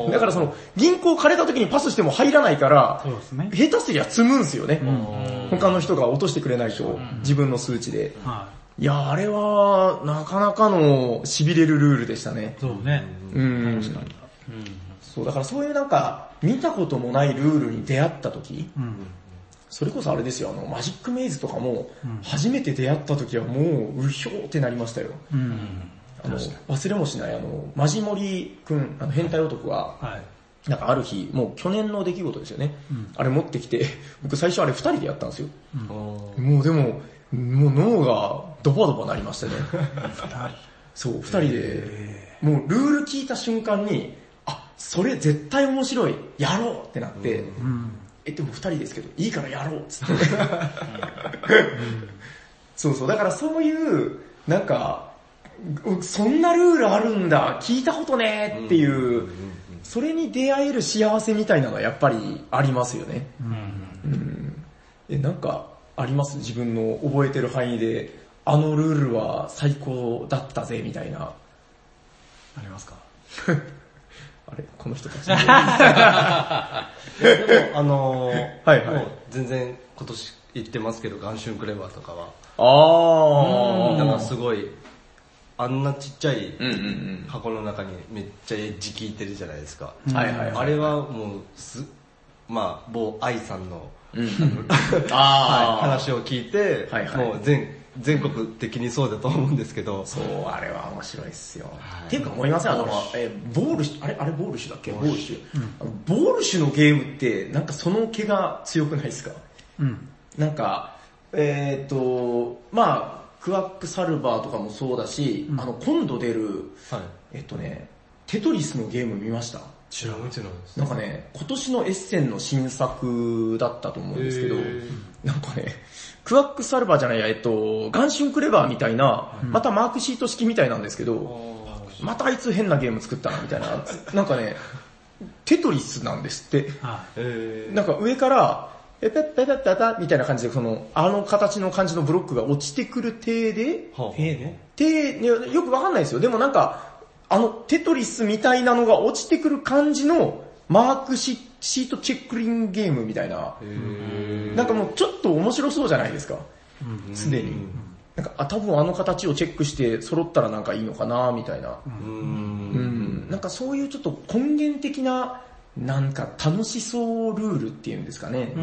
だからその銀行枯れた時にパスしても入らないから、そうですね、下手すりゃ積むんですよね。うん、他の人が落としてくれないと、うん、自分の数値で。はいいや、あれは、なかなかの痺れるルールでしたね。 そうね。うん。確かに。 うん、そう、だからそういうなんか、見たこともないルールに出会った時、うん、それこそあれですよ、あの、マジックメイズとかも、初めて出会った時はもう、うひょーってなりましたよ。うん、 あの忘れもしない、あの、マジモリくん、あの変態男が、はい、なんかある日、もう去年の出来事ですよね。うん、あれ持ってきて、僕最初あれ二人でやったんですよ。うん、もうでも、もう脳がドバドバなりましたね。二人そう、二人で、もうルール聞いた瞬間に、あ、それ絶対面白い、やろうってなって、うん、え、でも二人ですけど、いいからやろうっつって。うん、そうそう、だからそういう、なんか、そんなルールあるんだ、聞いたことねっていう、それに出会える幸せみたいなのはやっぱりありますよね。うんうん、え、なんかあります自分の覚えてる範囲で、あのルールは最高だったぜみたいな。 ありますかあれこの人たち。 でも、あのー、はいはい、もう全然今年言ってますけど、ガンシュンクレバーとかは。あー。だからすごい、あんなちっちゃい箱の中にめっちゃエッジ効いてるじゃないですか。はいはいはい、あれはもうす、まあ、某愛さんの、うん、あはい、話を聞いて、はいはい、もう全、全国的にそうだと思うんですけど。 そう、あれは面白いっすよ。はい、っていうか思いません、あの、え、ボールシュ、あれ、あれボールシュだっけボールシュ、うんあの。ボールシュのゲームって、なんかその毛が強くないですか？うん。なんか、えっ、ー、と、まあ、クワックサルバーとかもそうだし、うん、あの、今度出る、はい、えっとね、テトリスのゲーム見ました？ 知らない知らないです。 なんかね、今年のエッセンの新作だったと思うんですけど、なんかね、クワックサルバーじゃないや、えっと、ガンシュンクレバーみたいな、うん、またマークシート式みたいなんですけど、またあいつ変なゲーム作ったな、みたいな。なんかね、テトリスなんですって。なんか上から、ペペッペペッペペみたいな感じで、その、あの形の感じのブロックが落ちてくる体で、体で体、よくわかんないですよ。でもなんか、あのテトリスみたいなのが落ちてくる感じのマークシートチェックリングゲームみたいな。なんかもうちょっと面白そうじゃないですか。すでに。なんか、あ、多分あの形をチェックして揃ったらなんかいいのかなみたいな。うん。なんかそういうちょっと根源的な、なんか楽しそうルールっていうんですかね。うん、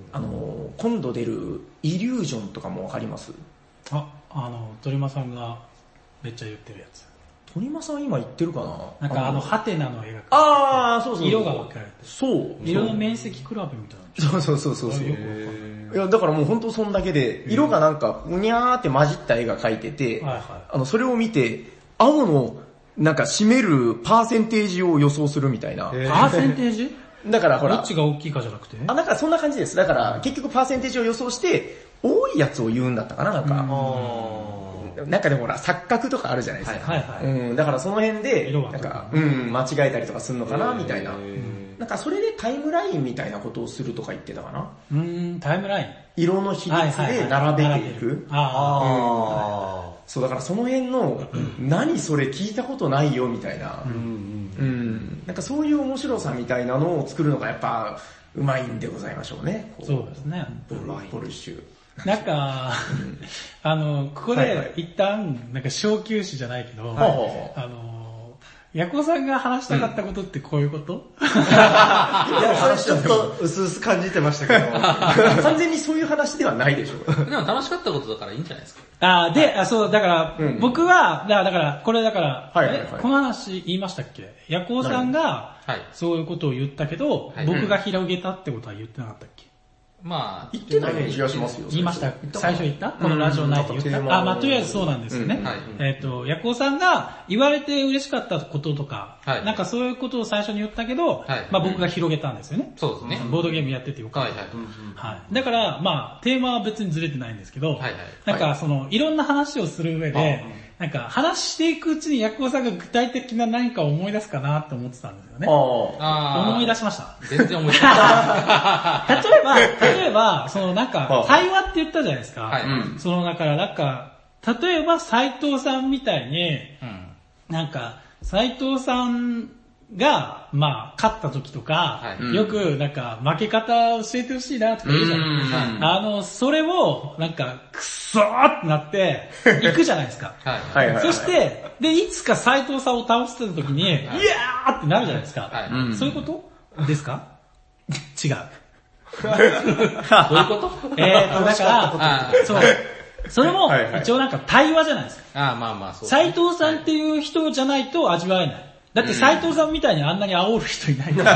あの、今度出るイリュージョンとかもわかります？ あ、あの、鳥間さんがめっちゃ言ってるやつ。 鳥間さん今言ってるかな？ なんかあの、ハテナの絵が。 ああ、そうそうそう。 色が分かれてる。 そう。 色の面積比べみたいな。 そうそうそうそう。いや、だからもう本当そんだけで、色がなんか、うにゃーって混じった絵が描いてて、はいはい、あの、それを見て、青の、なんか占めるパーセンテージを予想するみたいな。 パーセンテージ？ だからほら。 どっちが大きいかじゃなくて？ あ、なんかそんな感じです。だから結局パーセンテージを予想して、多いやつを言うんだったかな、なんか。うん、なんかでもほら、錯覚とかあるじゃないですか。はいはいはい。うん、だからその辺で、なんか、うん、間違えたりとかするのかな、みたいな。なんかそれでタイムラインみたいなことをするとか言ってたかな。 うーん、タイムライン色の比率で並べていく。ああ。そう、だからその辺の、何それ聞いたことないよみたいな、うんうん、なんかそういう面白さみたいなのを作るのがやっぱうまいんでございましょうね。 そうですね。 ボル、ボルシュ。 なんか、あの、ここで一旦、なんか小休止じゃないけど、はい、あの、ヤコウさんが話したかったことってこういうこと、うん、いや、それちょっと薄々感じてましたけど。 完全にそういう話ではないでしょ。 でも楽しかったことだからいいんじゃないですか。 あで、あそう、だから、うん、僕は、だから、これだから、はいはいはい、この話言いましたっけ？ヤコウさんが、そういうことを言ったけど、はい、僕が広げたってことは言ってなかったっけ？ まあ、 言ってない気がしますよ。 言いました。最初言ったこのラジオ内で言った、あ、まあ、とりあえずそうなんですよね。うんはい、えっ、ー、と、ヤコウさんが言われて嬉しかったこととか、はい、なんかそういうことを最初に言ったけど、はい、まあ僕が広げたんですよね。 そうですね。 ボードゲームやっててよかった。はいはいはい、だから、まあ、テーマは別にずれてないんですけど、はいはい、なんかその、いろんな話をする上で、なんか話していくうちにヤコウさんが具体的な何かを思い出すかなって思ってたんですよね。あ思い出しました。 全然思い出しました。 例えば、例えば、そのなんか、対話って言ったじゃないですか。はい、そのだからなんか、例えば斉藤さんみたいに、うん、なんか、斉藤さんが、まあ、勝った時とか、はい、よく、なんか、負け方教えてほしいなとか言うじゃないですか。あの、それを、なんか、くっそーってなって、行くじゃないですか。はいはいはい、そして、で、いつか斉藤さんを倒してた時に、はい、いやーってなるじゃないですか。はい、そういうことですか？違う。 どういうことえーと、だから、そう。 それも一応なんか対話じゃないですか。 ああ、まあまあそう。 斉藤さんっていう人じゃないと味わえない。だって斉藤さんみたいにあんなに煽る人いないから。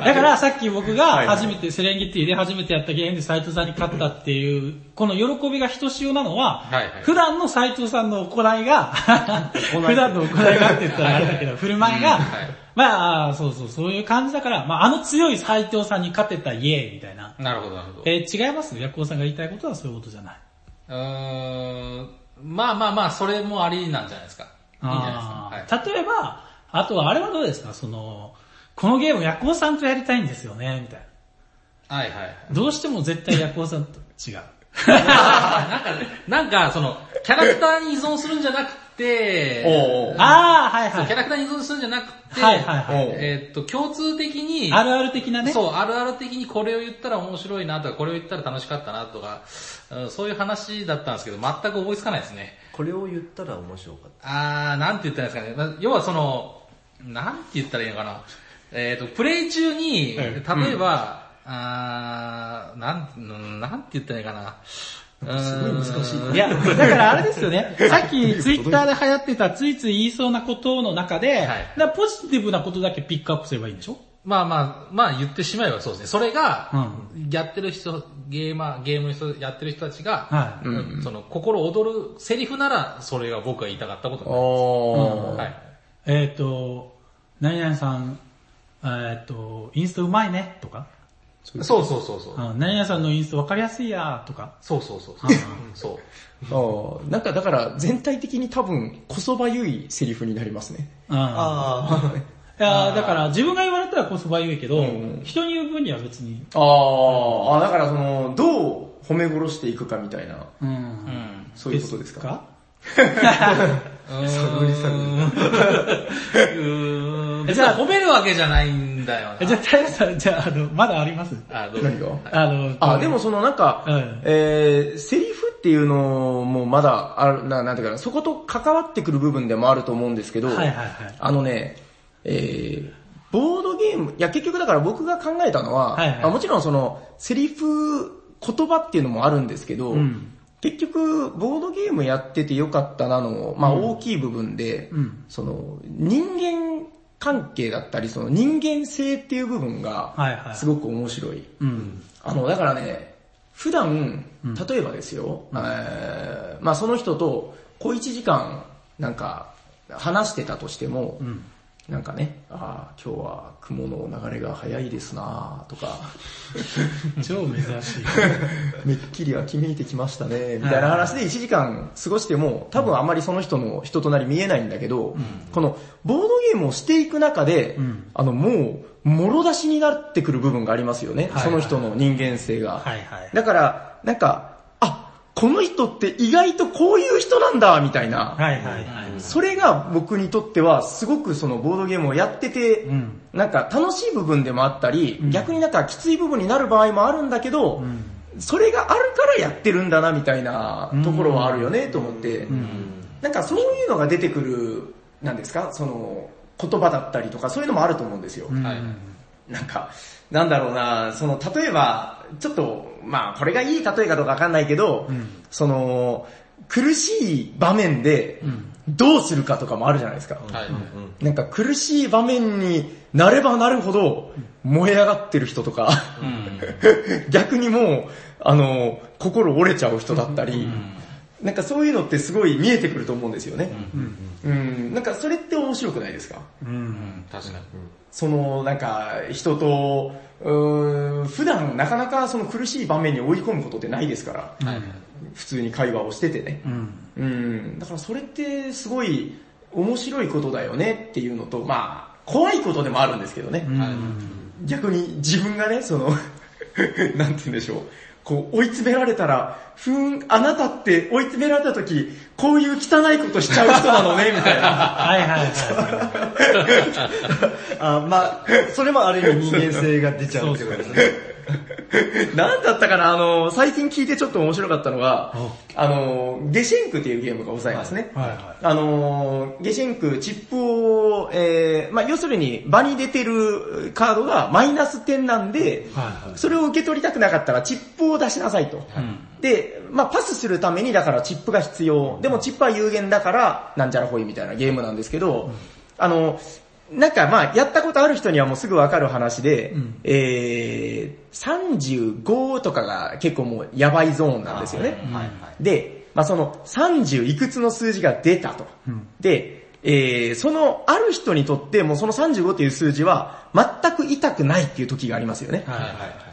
だからさっき僕が初めて、セレンゲティで初めてやったゲームで斉藤さんに勝ったっていう、この喜びがひとしおなのは、はいはい、普段の斉藤さんの行いが、普段の行いがって言ったらあれだけど、振る舞いが、はい、まあ、そうそう、そういう感じだから、まああの強い斉藤さんに勝てたイエーイみたいな。 なるほど、なるほど。 えー、違いますヤクオさんが言いたいことはそういうことじゃない。 うーん、まあまあまあ、それもありなんじゃないですか。いいんじゃないですか。はい、例えば、あとはあれはどうですかその、このゲームヤクオさんとやりたいんですよね、みたいな。はいはいはい。 どうしても絶対ヤクオさんと違う。 なんか、なんか、その、キャラクターに依存するんじゃなくて、 おああ、はいはい。 キャラクターに依存するんじゃなくて、 はいはいはい。 えー、っと、共通的に、 あるある的なね。 そう、あるある的にこれを言ったら面白いなとか、これを言ったら楽しかったなとか、うん、そういう話だったんですけど、全く思いつかないですね。 これを言ったら面白かった。 あー、なんて言ったらいいですかね。要はその、なんて言ったらいいのかな。えっ、ー、と、プレイ中に、例えば、うん、あー、なん、なんて言ったらいいかな。 すごい難しい。 いや、だからあれですよね。さっきツイッターで流行ってたついつい言いそうなことの中で、はい、だポジティブなことだけピックアップすればいいんでしょ？ まあまあ、まあ言ってしまえばそうですね。それが、やってる人、ゲーマー、ゲームの人、やってる人たちが、はい、うん、その心躍るセリフなら、それが僕が言いたかったことなんです。 おー、はい、えっ、ー、と、何々さん、えっ、ー、と、インストうまいね、とか。 そうそうそうそう。 何々さんのインストわかりやすいや、とか。 そうそうそうそう。 そう。なんかだから全体的に多分、こそばゆいセリフになりますね。 ああ。いやだから自分が言われたらこそばゆいけど、うん、人に言う分には別に。 ああ、だからその、どう褒め殺していくかみたいな。うん。うん、そういうことですか？か探り探り。じゃあ褒めるわけじゃないんだよな。 じゃあ、タイラさん、じゃあ、あの、まだあります？ あ、どうぞ。 あの、 あ、でもそのなんか、うん、えー、セリフっていうのもまだある、ななんていうかな、そこと関わってくる部分でもあると思うんですけど、はいはいはい、あのね、えー、ボードゲーム、いや結局だから僕が考えたのは、はいはい、あもちろんその、セリフ、言葉っていうのもあるんですけど、うん、結局、ボードゲームやっててよかったなの、まあ大きい部分で、うん、その、人間関係だったり、その人間性っていう部分が、すごく面白い。はいはいうん、あの、だからね、普段、例えばですよ、うんえー、まあその人と小一時間、なんか、話してたとしても、うんなんかね、ああ、今日は雲の流れが早いですなとか。 超珍しい。 めっきり秋めいてきましたね、みたいな話でいちじかん過ごしても、多分あんまりその人の人となり見えないんだけど、うん、このボードゲームをしていく中で、うん、あのもう、もろ出しになってくる部分がありますよね、はいはい、その人の人間性が。はいはい、だから、なんか、この人って意外とこういう人なんだ、みたいな。はいはいはい。それが僕にとってはすごくそのボードゲームをやってて、うん、なんか楽しい部分でもあったり、うん、逆になんかきつい部分になる場合もあるんだけど、うん、それがあるからやってるんだな、みたいなところはあるよね、と思って、うん、なんかそういうのが出てくる、なんですか、その言葉だったりとかそういうのもあると思うんですよ。はい、なんか、なんだろうな、その例えば、ちょっと、まあこれがいい例えかどうかわかんないけど、うん、その、苦しい場面でどうするかとかもあるじゃないですか。うん、なんか苦しい場面になればなるほど燃え上がってる人とか、うん、逆にもう、あの、心折れちゃう人だったり、うん、なんかそういうのってすごい見えてくると思うんですよね。うん、うん、なんかそれって面白くないですか？うん、 確かに。 そのなんか人とうーん普段なかなかその苦しい場面に追い込むことってないですから、はい、普通に会話をしててね、うん、うんだからそれってすごい面白いことだよねっていうのと、まあ怖いことでもあるんですけどね、うん、逆に自分がねそのなんて言うんでしょう、こう追い詰められたら、ふーん、あなたって追い詰められた時、こういう汚いことしちゃう人なのね、みたいな。はいはいはい。 あまあ、それもある意味人間性が出ちゃうってことですね。 なんだったかな、あの、最近聞いてちょっと面白かったのが、あの、ゲシェンクっていうゲームがございますね。はいはいはい、あの、ゲシェンク、チップを、えー、まあ要するに場に出てるカードがマイナス点なんで、はいはい、それを受け取りたくなかったらチップを出しなさいと。うん、で、まあパスするためにだからチップが必要。でもチップは有限だから、なんちゃらほいみたいなゲームなんですけど、うん、あの、なんかまあ、やったことある人にはもうすぐわかる話で、うん、えー、さんじゅうごとかが結構もうやばいゾーンなんですよね。はいはい、で、まあそのさんじゅういくつの数字が出たと。うん、で、えー、そのある人にとってもそのさんじゅうごっていう数字は全く痛くないっていう時がありますよね。はいはいはい、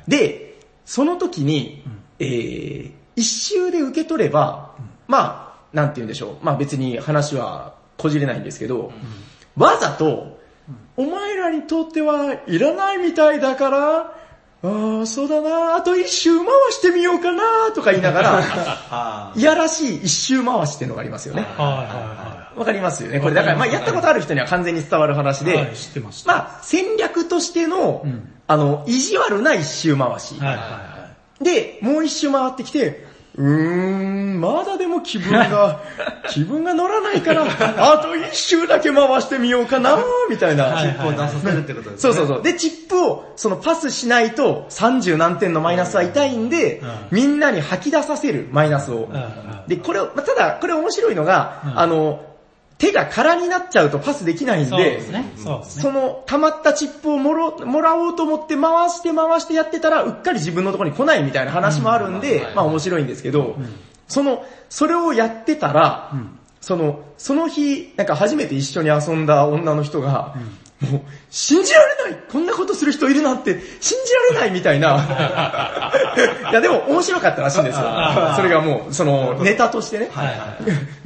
で、その時に、うん、えー、一周で受け取れば、うん、まあ、なんて言うんでしょう。まあ別に話はこじれないんですけど、うん、わざと、お前らにとってはいらないみたいだから、ああ、そうだな、あと一周回してみようかな、とか言いながら、いやらしい一周回しっていうのがありますよね。わかりますよね。これだから、まあやったことある人には完全に伝わる話で、はい、知ってました。まあ戦略としての、うん、あの、意地悪な一周回し。はいはいはい、で、もう一周回ってきて、うーん、まだでも気分が、気分が乗らないから、あと一周だけ回してみようかな、みたいな。 チップを出させるってことですね。 そうそうそう。で、チップを、そのパスしないとさんじゅう何点のマイナスは痛いんで、うん、みんなに吐き出させる、マイナスを。うん、で、これを、ただ、これ面白いのが、うん、あの、手が空になっちゃうとパスできないんで、そうですね。そうですね。その溜まったチップをもろ、もらおうと思って回して回してやってたら、うっかり自分のところに来ないみたいな話もあるんで、うん、まあ面白いんですけど、うん、その、それをやってたら、うん、その、その日、なんか初めて一緒に遊んだ女の人が、うん、もう、信じられないこんなことする人いるなんて、信じられないみたいな。いやでも面白かったらしいんですよ。それがもう、その、ネタとしてね。はいはい、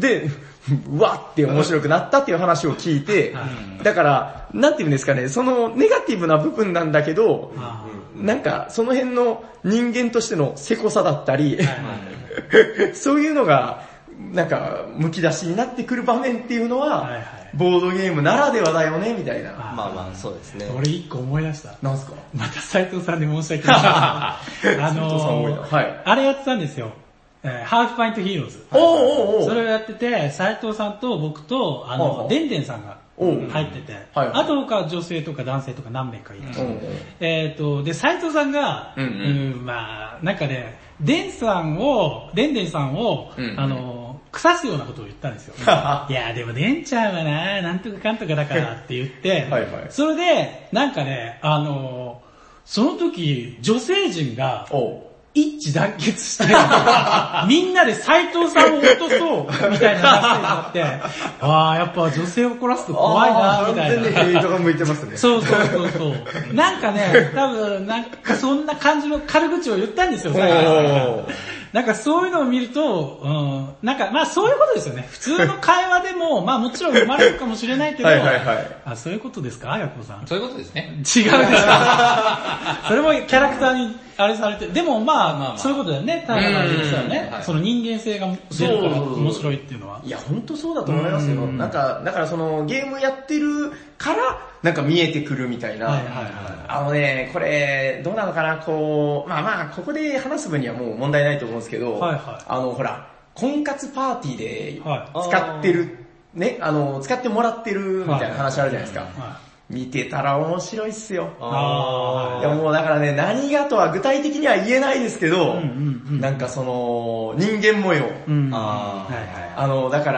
で、うわって面白くなったっていう話を聞いて、だから、なんていうんですかね、そのネガティブな部分なんだけど、なんかその辺の人間としてのせこさだったり、そういうのが、なんか、剥き出しになってくる場面っていうのは、はいはい、ボードゲームならではだよね、みたいな。 まあまあ、そうですね。 俺一個思い出した。 なんすか？ また斉藤さんに申し訳ない。あのー、はい、あれやってたんですよ。えー、ハーフパイントヒーローズ。おーおーおーそれをやってて、斉藤さんと僕と、あの、でんでんさんが入ってて、はいはい、あと他女性とか男性とか何名かいる。えっと、で、斉藤さんが、うんうんうん、まあなんかね、でんさんを、でんでんさんを、うんうん、あの、腐すようなことを言ったんですよ。いや、でもでんちゃんはな、なんとかかんとかだからって言って、はいはい、それで、なんかね、あの、その時、女性陣が、一致団結して、みんなで斉藤さんを落とそうみたいな話になって、ああ、やっぱ女性を怒らすと怖いな、みたいな。 完全にヘイトが向いてますね。 そうそうそうそう。なんかね、多分、なんかそんな感じの軽口を言ったんですよ、最後。なんかそういうのを見ると、うん、なんかまあそういうことですよね。普通の会話でも、まあもちろん生まれるかもしれないけど、はいはいはい、あ、そういうことですか、ヤコさん。 そういうことですね。 違うですか。それもキャラクターにあれされて、でもまあ、まあまあ、そういうことだよね。ただのですよね、はい。その人間性が出るから面白いっていうのは。 いや、本当そうだと思いますよ。なんか、だからそのゲームやってるから、なんか見えてくるみたいな。はいはいはい、あのね、これ、どうなのかな、こう、まあまあ、ここで話す分にはもう問題ないと思うんですけど、はいはい、あの、ほら、婚活パーティーで使ってる、はい、ね、あの、使ってもらってるみたいな話あるじゃないですか。はいはいはい、見てたら面白いっすよ。あいやもうだからね、何がとは具体的には言えないですけど、うんうんうん、なんかその、人間模様。うん、あ, はいはい、あの、だから、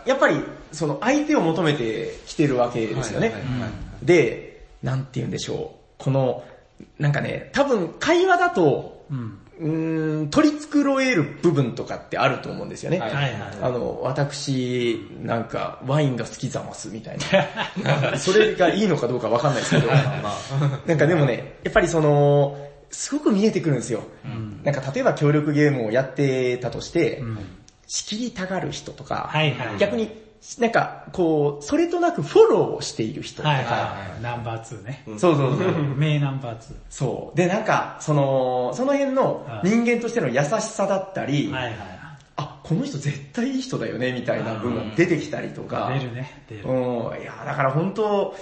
やっぱり、その相手を求めてきてるわけですよね。はいはいはいはい、で、なんて言うんでしょう。この、なんかね、多分会話だと、うんうーん取り繕える部分とかってあると思うんですよね。はいはいはい、あの、私、なんか、ワインが好きざますみたいな。それがいいのかどうかわかんないですけど、なんかでもね、やっぱりその、すごく見えてくるんですよ。うん、なんか例えば協力ゲームをやってたとして、うん、仕切りたがる人とか、はいはいはい、逆に、なんか、こう、それとなくフォローをしている人とか。はいはいはい、 ナンバーツーね。 そうそうそう。 名ナンバーツー。 そう。で、なんか、その、その辺の人間としての優しさだったり、はいはいはい、あ、この人絶対いい人だよね、みたいな部分が出てきたりとか。 出るね、出る。 うん、いや、だから本当、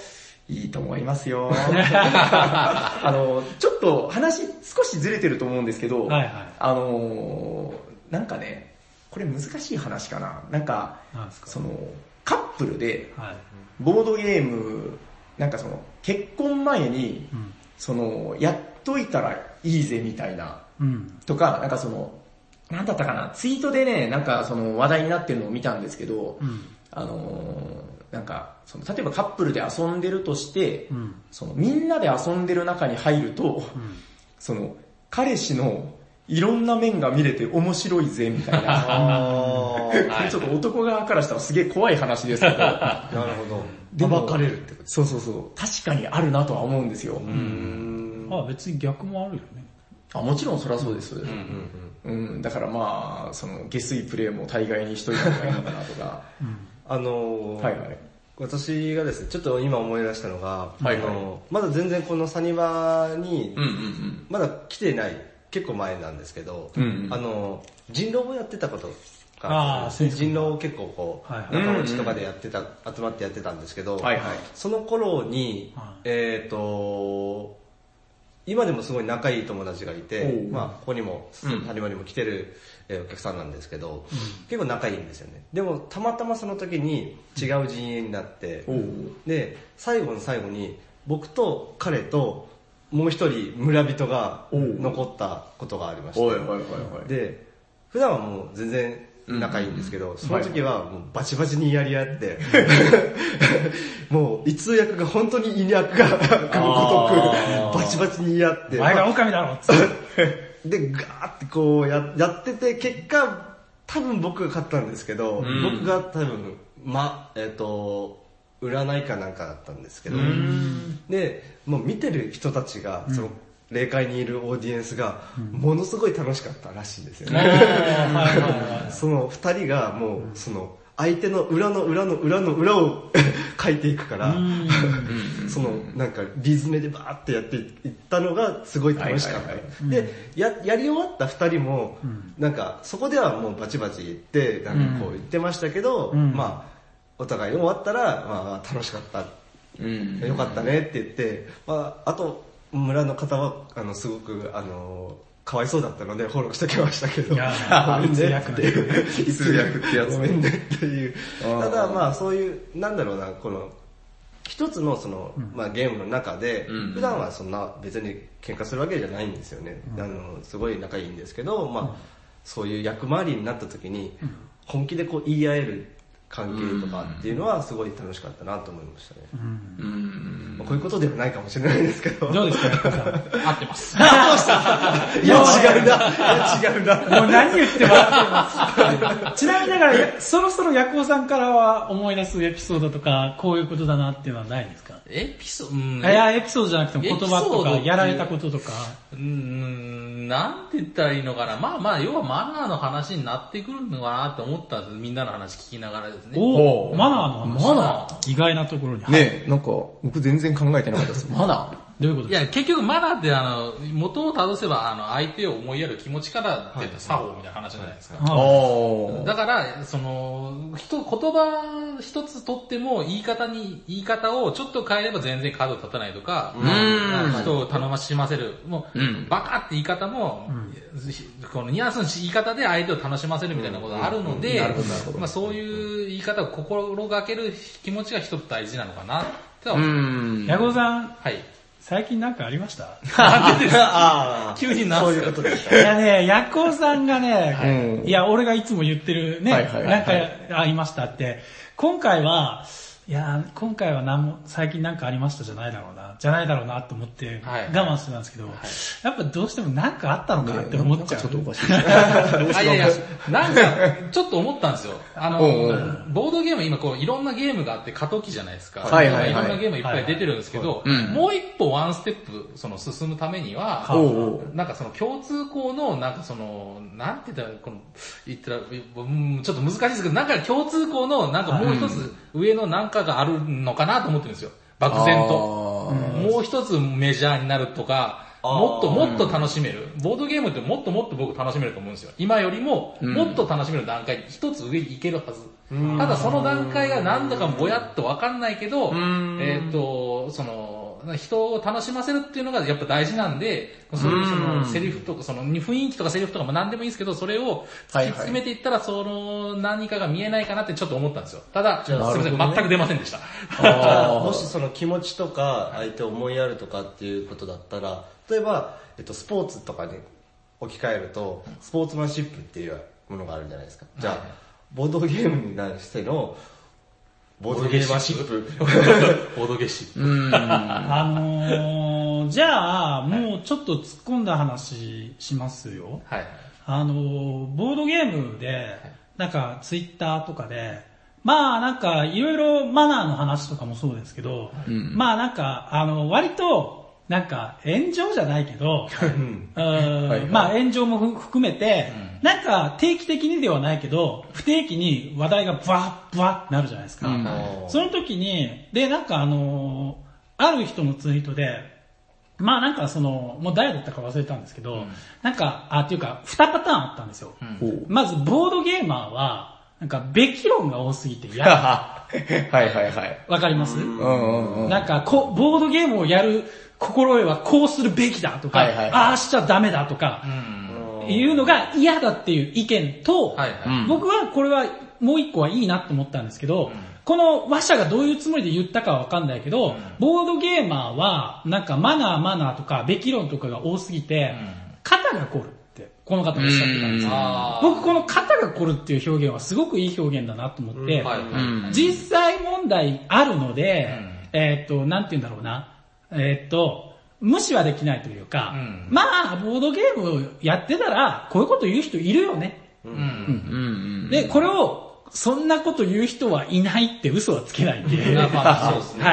いいと思いますよ。あの、ちょっと話少しずれてると思うんですけど、はいはい、あの、なんかね、これ難しい話かな。なんか、なんですかその、カップルで、ボードゲーム、なんかその、結婚前に、うん、その、やっといたらいいぜみたいな、うん、とか、なんかその、なんだったかな、ツイートでね、なんかその話題になってるのを見たんですけど、うん、あのー、なんか、その例えばカップルで遊んでるとして、うん、そのみんなで遊んでる中に入ると、うん、その彼氏のいろんな面が見れて面白いぜみたいな。ちょっと男側からしたらすげえ怖い話ですけど。なるほど。でも、暴かれるってこと。 そうそうそう。確かにあるなとは思うんですよ。うーんあ別に逆もあるよね。 あもちろんそりゃそうです。うんうんうんうん、だからまあ、その下水プレイも大概にしといた方がいいのかなとか。うんあのーはいはい、私がですね、ちょっと今思い出したのが、はいはい、あのまだ全然このサニバに、うんうんうん、まだ来てない、結構前なんですけど、うんうん、あの人狼をやってたことがあって、人狼を結構こう、はいはい、仲間内とかでやってた、集まってやってたんですけど、はいはい、その頃に、はい、えっ、ー、と、今でもすごい仲いい友達がいて、まあここにも、サニバにも来てる、えー、お客さんなんですけど、うん、結構仲いいんですよね。でもたまたまその時に違う陣営になって、うん、で最後の最後に僕と彼ともう一人村人が残ったことがありまして、で普段はもう全然仲いいんですけど、うん、その時はもうバチバチにやり合って、もう、一通役が本当に犬役が来るごとく、バチバチにやって。 前が狼だろっつって。 で、ガーってこうややってて、結果、多分僕が勝ったんですけど、うん、僕が多分、ま、えっ、ー、と、占いかなんかだったんですけど、で、もう見てる人たちが、その、霊界にいるオーディエンスがものすごい楽しかったらしいんですよね。その二人がもうその相手の裏の裏の裏の裏を書いていくから、そのなんかリズムでバーってやっていったのがすごい楽しかった。で、や、やり終わった二人もなんかそこではもうバチバチ言ってなんかこう言ってましたけど、まあお互い終わったらまあ楽しかった。よかったねって言って、まああと村の方は、あの、すごく、あの、かわいそうだったのでフォローしてきましたけど、いやごめんねっていう、いつ役ってやつごめんねっていう。ただまあそういう、なんだろうな、この、一つのその、まあゲームの中で、普段はそんな別に喧嘩するわけじゃないんですよね。あの、すごい仲いいんですけど、まあ、そういう役回りになった時に、本気でこう言い合える関係とかっていうのはすごい楽しかったなと思いましたね。うんうんまあ、こういうことではないかもしれないですけど。 どうですか合ってます。 合ってましたいや違うな。いや違うな。 もう何言っても合ってます。ちなみにだから、そろそろヤコウさんからは思い出すエピソードとか、こういうことだなっていうのはないんですか？ エピソード、うん、 いや、エピソードじゃなくても言葉とか、やられたこととか。 うーん、なんて言ったらいいのかな。まあまあ、要はマナーの話になってくるのかなって思ったんです。みんなの話聞きながらですね。 おマナーの話。マナー意外なところに。 ねえ、なんか、僕全然考えてなかったです。マナーどういうことですか？いや、結局マナーってあの、元を正せば、あの、相手を思いやる気持ちから出た作法みたいな話じゃないですか。はい、だから、その、人、言葉一つとっても、言い方に、言い方をちょっと変えれば全然角立たないとか、うん人を頼ましませる。もう、うん、バカって言い方も、うん、このニュアンスの言い方で相手を楽しませるみたいなことがあるので、まあそういう言い方を心がける気持ちが一つ大事なのかなって思います。 ヤゴさん。 はい。 最近なんかありました？ なんでですか急になんすか？ そういうことでした。いやね、ヤコウさんがね、はい、いや、俺がいつも言ってるね、はいはいはいはい、なんかありましたって、今回は、いや、今回は何も、最近なんかありましたじゃないだろうな、じゃないだろうなと思って我慢してたんですけど、はいはい、やっぱどうしてもなんかあったのかって思っちゃう。 ちょっとおかしい。 いやいや、なんか、ちょっと思ったんですよ。あの、おうおうボードゲーム今こういろんなゲームがあって過渡期じゃないですか。はいはいはい。いろんなゲームいっぱい出てるんですけど、はいはいはい、もう一歩ワンステップその進むためには、うん、なんかその共通項の、なんかその、なんて言ったら、この、言ったら、うん、ちょっと難しいですけど、なんか共通項の、なんかもう一つ上のなんかがあるのかなと思ってるんですよ。漠然と。もう一つメジャーになるとか、 もっともっと楽しめる。ボードゲームってもっともっと僕楽しめると思うんですよ。今よりももっと楽しめる段階に一つ上に行けるはず。ただその段階がなんだかぼやっとわかんないけど、えっと、その、人を楽しませるっていうのがやっぱ大事なんで、そういうそのセリフとか、その雰囲気とかセリフとかも何でもいいんですけど、それを突き詰めていったらその何かが見えないかなってちょっと思ったんですよ。ただ、すみません、全く出ませんでした。 もしその気持ちとか相手を思いやるとかっていうことだったら、例えば、えっと、スポーツとかに置き換えると、スポーツマンシップっていうものがあるじゃないですか。じゃあ、ボードゲームに関しての、ボードゲーマーシップ。 ボードゲーシップ。 うん。あのー、じゃあ、もうちょっと突っ込んだ話しますよ。はい。あのー、ボードゲームで、なんかツイッターとかで、まあなんかいろいろマナーの話とかもそうですけど、うん、まあなんか、あの、割と、なんか炎上じゃないけど、うんはいはい、まあ炎上も含めて、うん、なんか定期的にではないけど、不定期に話題がブワッブワッってなるじゃないですか。うん、その時に、でなんかあの、ある人のツイートで、まあなんかその、もう誰だったか忘れたんですけど、うん、なんか、あ、っていうか、二パターンあったんですよ。うん、まずボードゲーマーは、なんか、べき論が多すぎて嫌だ。 はいはいはい。 わかります、 うんうんうん、 なんかこ、ボードゲームをやる心得はこうするべきだとか、はいはいはい、ああしちゃダメだとか、うん、いうのが嫌だっていう意見と、はいはい、僕はこれはもう一個はいいなと思ったんですけど、うん、この話者がどういうつもりで言ったかはわかんないけど、うん、ボードゲーマーは、なんかマナーマナーとか、べき論とかが多すぎて、うん、肩が凝る。この方おっしゃってたんですよ。僕この肩が凝るっていう表現はすごくいい表現だなと思って、うんはいはい、実際問題あるので、うん、えー、っと、なんて言うんだろうな、えー、っと、無視はできないというか、うん、まあ、ボードゲームやってたら、こういうこと言う人いるよね。うんうん、で、これを、そんなこと言う人はいないって嘘はつけないんで。まあ、そうですね。はい。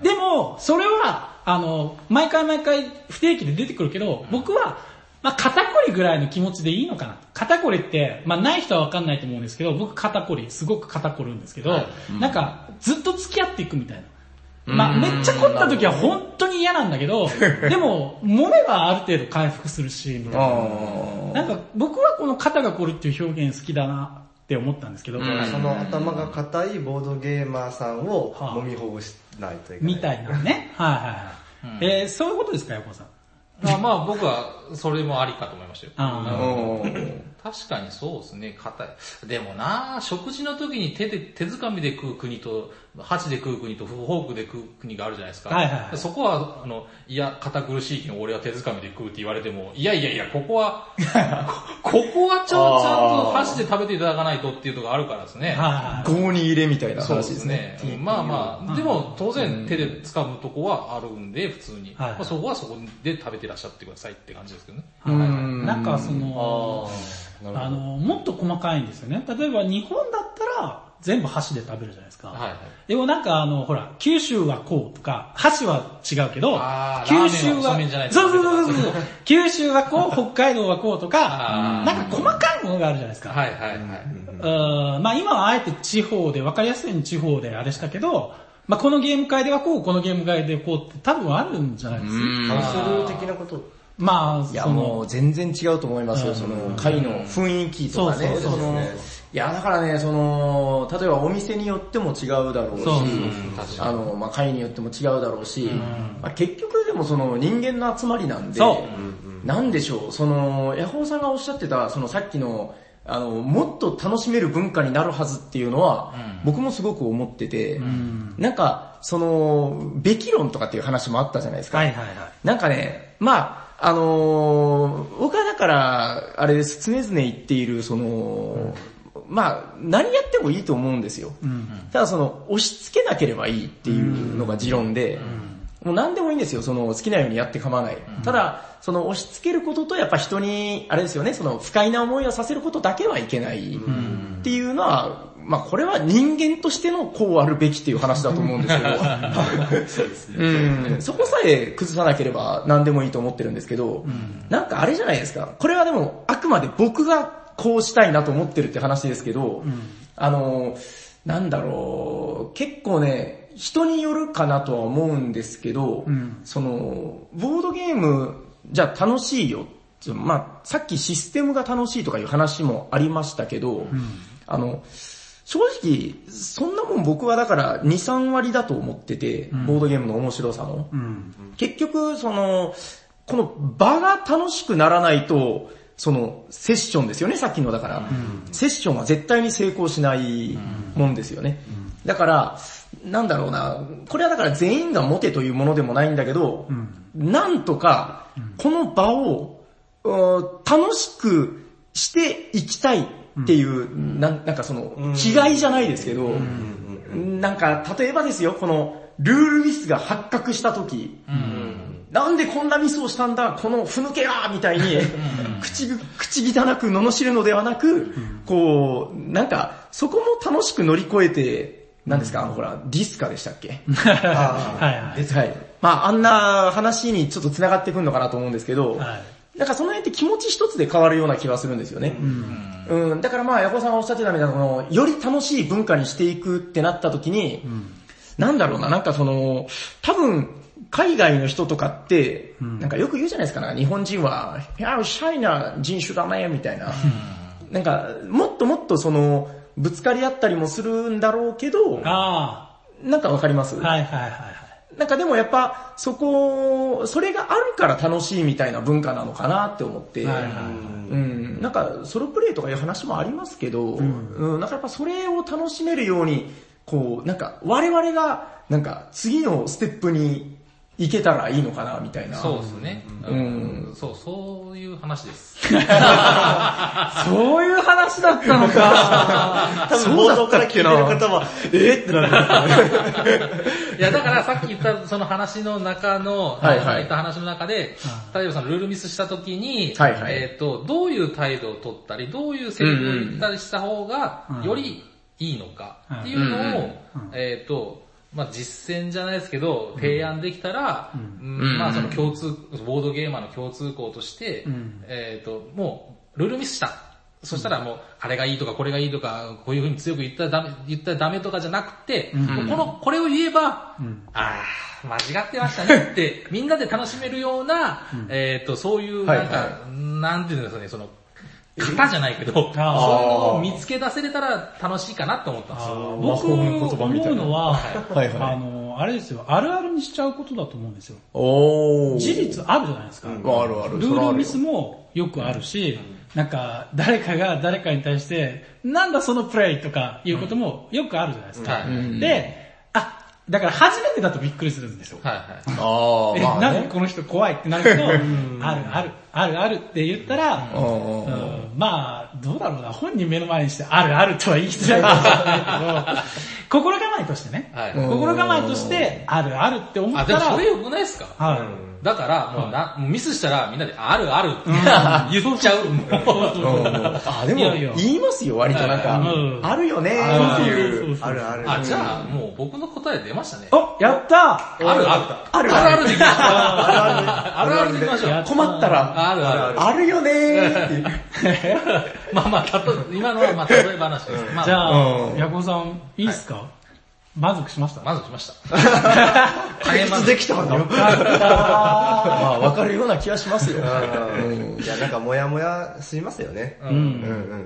でも、それは、あの、毎回毎回不定期で出てくるけど、僕は、まあ、肩こりぐらいの気持ちでいいのかな。肩こりって、まあ、ない人はわかんないと思うんですけど、僕肩こり、すごく肩こるんですけど、はいうん、なんか、ずっと付き合っていくみたいな。まあ、めっちゃ凝った時は本当に嫌なんだけど、でも、揉めばある程度回復するし、みたいな。なんか、僕はこの肩が凝るっていう表現好きだなって思ったんですけど、 その頭が硬いボードゲーマーさんを揉みほぐしないといけない。 みたいなね。はいはいはい。うん、えー、そういうことですか、横尾さん。 まあまあ僕はそれもありかと思いましたよ。あ確かにそうですね、硬い。でもな食事の時に手で、手づかみで食う国と、箸で食う国と、フォークで食う国があるじゃないですか。はいはいはい、そこは、あの、いや、堅苦しいけど俺は手づかみで食うって言われても、いやいやいや、ここは、ここはちょちゃんと箸で食べていただかないとっていうところがあるからですね。 郷に入れみたいな話ですね。 そうですね。まあまあ、でも当然手で掴むとこはあるんで、普通に。はいはいまあ、そこはそこで食べてらっしゃってくださいって感じですけどね。 はいはい、なんかその、あの、もっと細かいんですよね。例えば日本だったら全部箸で食べるじゃないですか。はいはい、でもなんかあの、ほら、九州はこうとか、箸は違うけど、九州は、そうそうそうそうそう、九州はこう、北海道はこうとか、なんか細かいものがあるじゃないですか。はいはいはい。うんまあ今はあえて地方で、わかりやすいように地方であれしたけど、まあこのゲーム会ではこう、このゲーム会でこうって多分あるんじゃないですか。 ハウスルール的なことまあ、いやもう全然違うと思いますよ、その会の雰囲気とかね。そのいやだからね、その、例えばお店によっても違うだろうし、あの、まあ会によっても違うだろうし、まあ、結局でもその人間の集まりなんで、なんでしょう、その、ヤホーさんがおっしゃってた、そのさっきの、あの、もっと楽しめる文化になるはずっていうのは、うん、僕もすごく思ってて、うん、なんか、その、べき論とかっていう話もあったじゃないですか。はいはいはい、なんかね、まあ、あのー、僕はだから、あれです、常々言っている、その、うんまあ、何やってもいいと思うんですよ。うんうん、ただその、押し付けなければいいっていうのが持論で、うんうん、もう何でもいいんですよ。その、好きなようにやって構わない。うん、ただ、その、押し付けることと、やっぱ人に、あれですよね、その、不快な思いをさせることだけはいけないっていうのは、まあ、これは人間としてのこうあるべきっていう話だと思うんですけど、そうですね。うん、そこさえ崩さなければ何でもいいと思ってるんですけど、うん、なんかあれじゃないですか。これはでも、あくまで僕がこうしたいなと思ってるって話ですけど、うん、あの、なんだろう、結構ね、人によるかなとは思うんですけど、うん、その、ボードゲームじゃあ楽しいよ。まあ、さっきシステムが楽しいとかいう話もありましたけど、うん、あの、正直、そんなもん僕はだからに、さんわりだと思ってて、うん、ボードゲームの面白さの。うん、結局、その、この場が楽しくならないと、そのセッションですよね、さっきのだから、うん、セッションは絶対に成功しないもんですよね。うん、だから、なんだろうな、これはだから全員がモテというものでもないんだけど、うん、なんとか、この場を、楽しくしていきたいっていう、うん、な, なんかその、気概じゃないですけど、うん、なんか例えばですよ、このルールミスが発覚した時、うん、なんでこんなミスをしたんだ、このふぬけがみたいに、口、口汚く罵るのではなく、こう、なんか、そこも楽しく乗り越えて、何ですか、あのほら、ディスカでしたっけはいはい。はい。まああんな話にちょっと繋がってくるのかなと思うんですけど、はいなんかその辺って気持ち一つで変わるような気がするんですよね。うん。うん、だからまあ、ヤコさんがおっしゃってたみたいな、この、より楽しい文化にしていくってなった時に、うん、なんだろうな、なんかその、多分、海外の人とかって、うん、なんかよく言うじゃないですか、日本人は、いや、シャイな人種だね、みたいな。うん、なんか、もっともっとその、ぶつかり合ったりもするんだろうけど、あなんかわかります？ はいはいはい。 なんかでもやっぱ、そこ、それがあるから楽しいみたいな文化なのかなって思って、はいはいはい、うん、なんかソロプレイとかいう話もありますけど、うんうん、なんかやっぱそれを楽しめるように、こう、なんか我々が、なんか次のステップに行けたらいいのかなみたいな。 そうですね。うん。そう、そういう話です。 そういう話だったのか。 多分冒頭から聞いてる方は、えー、ってなる。 いや、だからさっき言ったその話の中の、はいはい、言った話の中で、例えばそのルールミスした時に、はいはい、えっ、ー、と、どういう態度を取ったり、どういうセリフを言ったりした方が、よりいいのかっていうのを、うんうん、えっ、ー、と、まあ実践じゃないですけど、提案できたら、うん、まあその共通、ボードゲーマーの共通項として、うん、えっ、ー、と、もう、ルールミスした。そしたらもう、あれがいいとかこれがいいとか、こういう風に強く言ったらダメ、言ったらダメとかじゃなくて、うん、もうこの、これを言えば、うん、ああ、間違ってましたねって、みんなで楽しめるような、うん、えっ、ー、と、そういう、なんか、はいはい、なんていうんですかね、その、型じゃないけど、そういうのを見つけ出せれたら楽しいかなって思ったんですよ。 僕思うのは、はいはい、あの、あれですよ、あるあるにしちゃうことだと思うんですよ。お事実あるじゃないですか。うん、あるある。ルールミスもよくあるし、うん、なんか誰かが誰かに対して、なんだそのプレイとかいうこともよくあるじゃないですか。うん、で、あ、だから初めてだとびっくりするんですよ。はいはい。あえ、まあね、なんかこの人怖いってなるけど、あるある、あるあるって言ったら、うん、まあ、どうだろうな、本人目の前にしてあるあるとは言いづらいかもしれないけど、心構えとしてね、はい、心構えとしてあるあるって思ったら。 あ、でもそれ良くないですか？はい。だから、もうな、ミスしたらみんなであるあるって言っちゃう。 あ、でも言いますよ、割となんか、あるよねーっていう。 あるある。 あ、じゃあもう僕の答え出ましたね。 お、やったあるある。あるあるできました。あるあるできましょう。 困ったら、 あるある。 あるよねーっていう。 まあまあ、今のはまあ例え話です。 じゃあ、ヤコさん、いいっすか？満足しました？ 満足しました。 解決できたんだ。よかった。まあ、わかるような気がしますよ。 うん、いや、なんか、もやもやしますよね。うん。うんうん、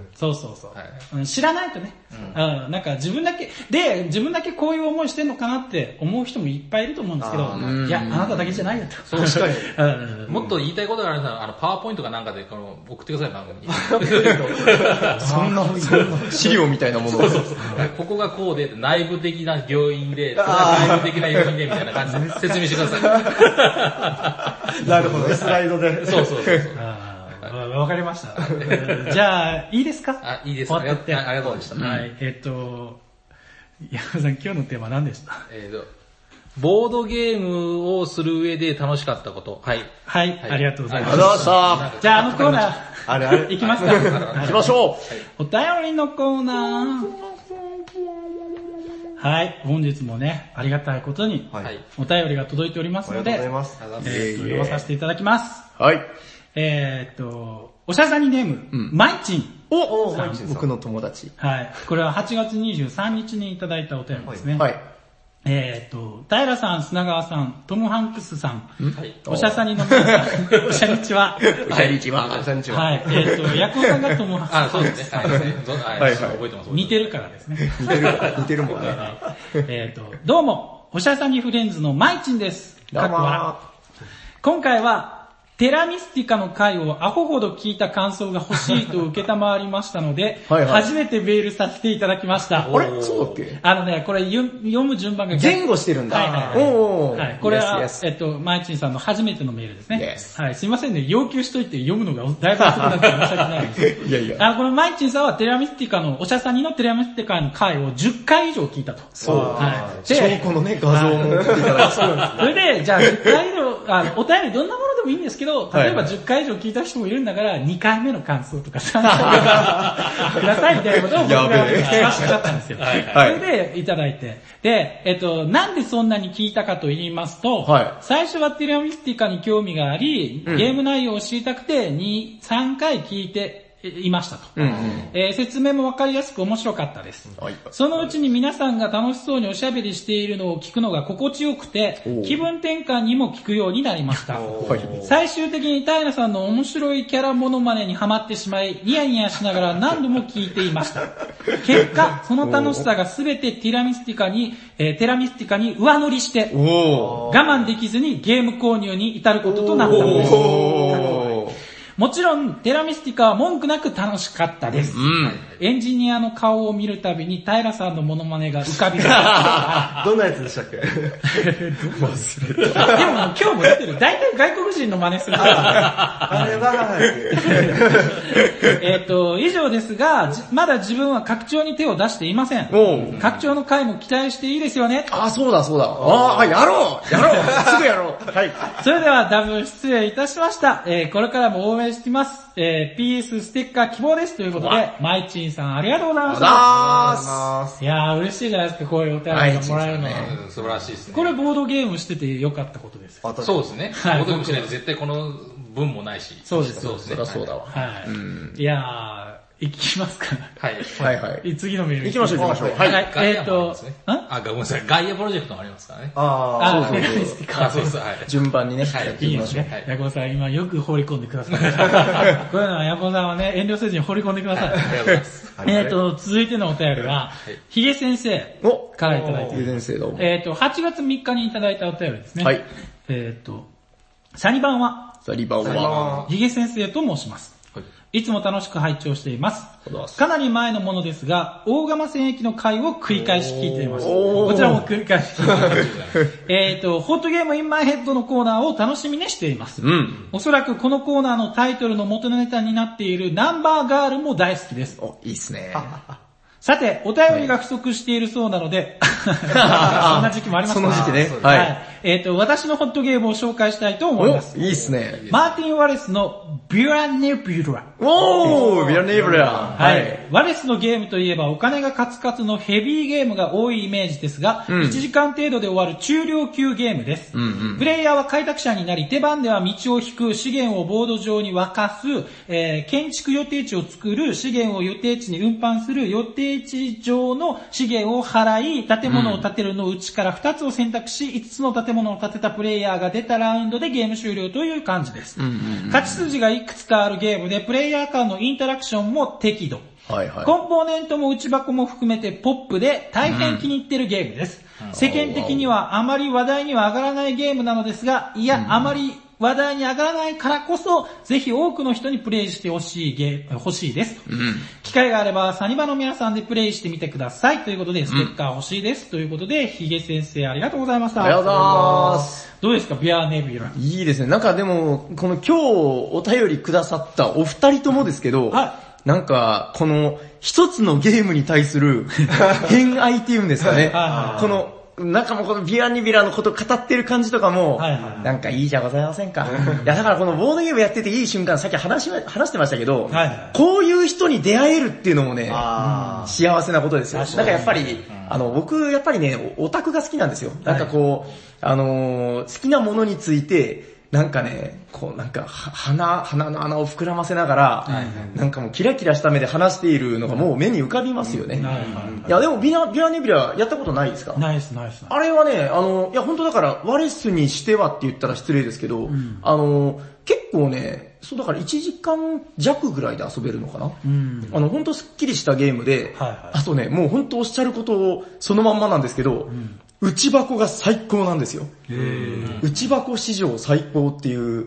そうそうそう、はい。知らないとね、うん。なんか、自分だけ、で、自分だけこういう思いしてんのかなって思う人もいっぱいいると思うんですけど、いや、あなただけじゃないよと。 そう、確かに。もっと言いたいことがあるなら、あの、パワーポイントかなんかで、この、送ってください、番組に。 そんな、そんな、資料みたいなものそうそうそう。 ここがこうで、内部的な病院で、内部的な病院でみたいな感じで説明してください。なるほど、スライドで。 そうそうそう。 わかりました。じゃあ、いいですか？ あ、いいですか。ありがとうございました。 はい、えっと、山田さん、今日のテーマは何でした？ えっと、ボードゲームをする上で楽しかったこと。はい。 はい、ありがとうございます。 ありがとうございました。じゃあ、あのコーナー、 あれあれ行きますか？ 行きましょう。お便りのコーナー。はい、本日もね、ありがたいことに、はい、お便りが届いておりますので、 ありがとうございます。 えー、読まさせていただきます。 はい。 えーっと、おしゃさにネーム、うん、マイチン。 おお僕の友達。 はい。これははちがつにじゅうさんにちにいただいたお便りですね。はい。 えっ、ー、と、平さん、砂川さん、トム・ハンクスさん、はい、おしゃさにの皆さん、おしゃにちは。 おしゃにちは。 おしゃにちは。 はい。えっ、ー、と、ヤコウさんがトム・ハンクスさん。 あ、そうですね。はい。はいはい。覚えてます。 似てるからですね。 似てる、似てるもんね。 えっと、どうも、おしゃさにフレンズのマイチンです。 どうも。 今回は、テラミスティカの回をアホほど聞いた感想が欲しいと受けたまわりましたので、はいはい、初めてメールさせていただきました。 あれそうだっけ？ あのね、これ読む順番が前後してるんだ。 はいはいはい。おーはい、これは、yes, yes. えっと、マイチンさんの初めてのメールですね。 Yes. はい、すいませんね、要求しといて読むのがだいぶ遅くなって申し訳ないです。 いやいや。 あ、このマイチンさんはテラミスティカの、おしゃさにのテラミスティカの回をじゅっかい以上聞いたと。 そう。はい。証拠のね、画像も送っていただいて。そうです。 それで、じゃあじゅっかい以上、あの、お便りどんなものでもいいんですけど、例えばじゅっかい以上聞いた人もいるんだから、にかいめの感想とかさんかいくださいみたいなことを僕が聞かせちゃったんですよ。はい、それでいただいて。で、えっと、なんでそんなに聞いたかと言いますと、はい、最初はテラミスティカに興味があり、ゲーム内容を知りたくてに、さんかい聞いて、いましたと、うんうんえー。説明もわかりやすく面白かったです、はい。そのうちに皆さんが楽しそうにおしゃべりしているのを聞くのが心地よくて、気分転換にも聞くようになりました。最終的に平さんの面白いキャラモノマネにハマってしまい、ニヤニヤしながら何度も聞いていました。結果、その楽しさがすべてティラミスティカに、えー、テラミスティカに上乗りして、我慢できずにゲーム購入に至ることとなったのです。もちろん、テラミスティカは文句なく楽しかったです。うん、エンジニアの顔を見るたびに平さんのモノマネが浮かびます。 どんなやつでしたっけ？ 忘れた。でも今日も出てる。大体外国人の真似するから。 あれは、 えっと、以上ですが、まだ自分は拡張に手を出していません。拡張の回も期待していいですよね。 あ、そうだそうだ。ああ、やろうやろうすぐやろうはい。 それでは、だいぶ失礼いたしました。えー、これからも応援しています。えー、ピーエス ステッカー希望ですということで、マイチンさんありがとうございました。 ありがとうございます。 いやー嬉しいじゃないですか、こういうお便りがもらえるのは、ね。 素晴らしいですね。 これボードゲームしててよかったことです。 そうですね。ボードゲームしないと絶対この文もないし。 そうです。 そうですね。そりゃそうだわ。 はい。うん、いやー、行きますかはい。 はいはい。 次のメール行きましょう行きましょう。 はい。えっと、 あ、ごめんなさい。ガイアプロジェクトもありますからね。 ああ、そうそうそう。 あ、そうそう。 順番にね。 はい。いいですね。ヤコウさん今よく放り込んでください。こういうのはヤコウさんはね、遠慮せずに放り込んでください。ありがとうございます。えっと、続いてのお便りは、ヒゲ先生からいただいて。 ヒゲ先生どうも。 えっと、はちがつみっかにいただいたお便りですね。 はい。 えっと、サニバンは、 サニバンは、 ヒゲ先生と申します。いつも楽しく拝聴しています。かなり前のものですが、大釜戦役の回を繰り返し聞いています。こちらも繰り返し聞いています。えっと、ホットゲームインマイヘッドのコーナーを楽しみにしています。うん、おそらくこのコーナーのタイトルの元ネタになっているナンバーガールも大好きです。 お、いいっすね。 さて、お便りが不足しているそうなので、そんな時期もありますね。その時期ね。 はい。はい、えっ、ー、と、私のホットゲームを紹介したいと思います。 いいっすね。 マーティン・ワレスのビュラネビュラ。 おー、ビュラネビュラ。 はい。ワレスのゲームといえばお金がカツカツのヘビーゲームが多いイメージですが、うん、いちじかん程度で終わる中量級ゲームです。うんうん、プレイヤーは開拓者になり、手番では道を引く、資源をボード上に沸かす、えー、建築予定地を作る、資源を予定地に運搬する、予定地上の資源を払い、建物を建てるのうちからふたつを選択し、いつつの建物を建てたプレイヤーが出たラウンドでゲーム終了という感じです。うんうんうん、勝ち筋がいくつかあるゲームで、プレイヤー間のインタラクションも適度。はいはい、コンポーネントも内箱も含めてポップで大変気に入ってるゲームです。うん、世間的にはあまり話題には上がらないゲームなのですが、いや、うん、あまり話題に上がらないからこそ、ぜひ多くの人にプレイしてほしいゲー、欲しいです。うん、機会があれば、サニバの皆さんでプレイしてみてください。ということで、ステッカー欲しいです。うん、ということで、ヒゲ先生ありがとうございました。 ありがとうございます。 どうですか、ビアネビュラ。 いいですね。なんかでも、この今日お便りくださったお二人ともですけど、はい、なんか、この一つのゲームに対する偏愛っていうんですかね。この、なんかもうこのビアニビラのこと語ってる感じとかも、はいはいはい、なんかいいじゃございませんか。いやだからこのボードゲームやってていい瞬間、さっき話し、話してましたけど、はいはい、こういう人に出会えるっていうのもね、幸せなことですよ。なんかやっぱり、あの、僕やっぱりね、オタクが好きなんですよ。なんかこう、あのー、好きなものについて、 なんかね、こうなんか鼻、鼻の穴を膨らませながら、はいはい、なんかもうキラキラした目で話しているのがもう目に浮かびますよね。うんはいはいはい、いやでもビラ、ビラネビラやったことないですか？ ないです、ないです。 あれはね、あの、いや本当だからワレスにしてはって言ったら失礼ですけど、うん、あの、結構ね、そうだからいちじかん弱ぐらいで遊べるのかな、うん、あの、ほんとスッキリしたゲームで、はいはい、あとね、もうほんとおっしゃることをそのまんまなんですけど、うん内箱が最高なんですよ。内箱史上最高っていう、うん、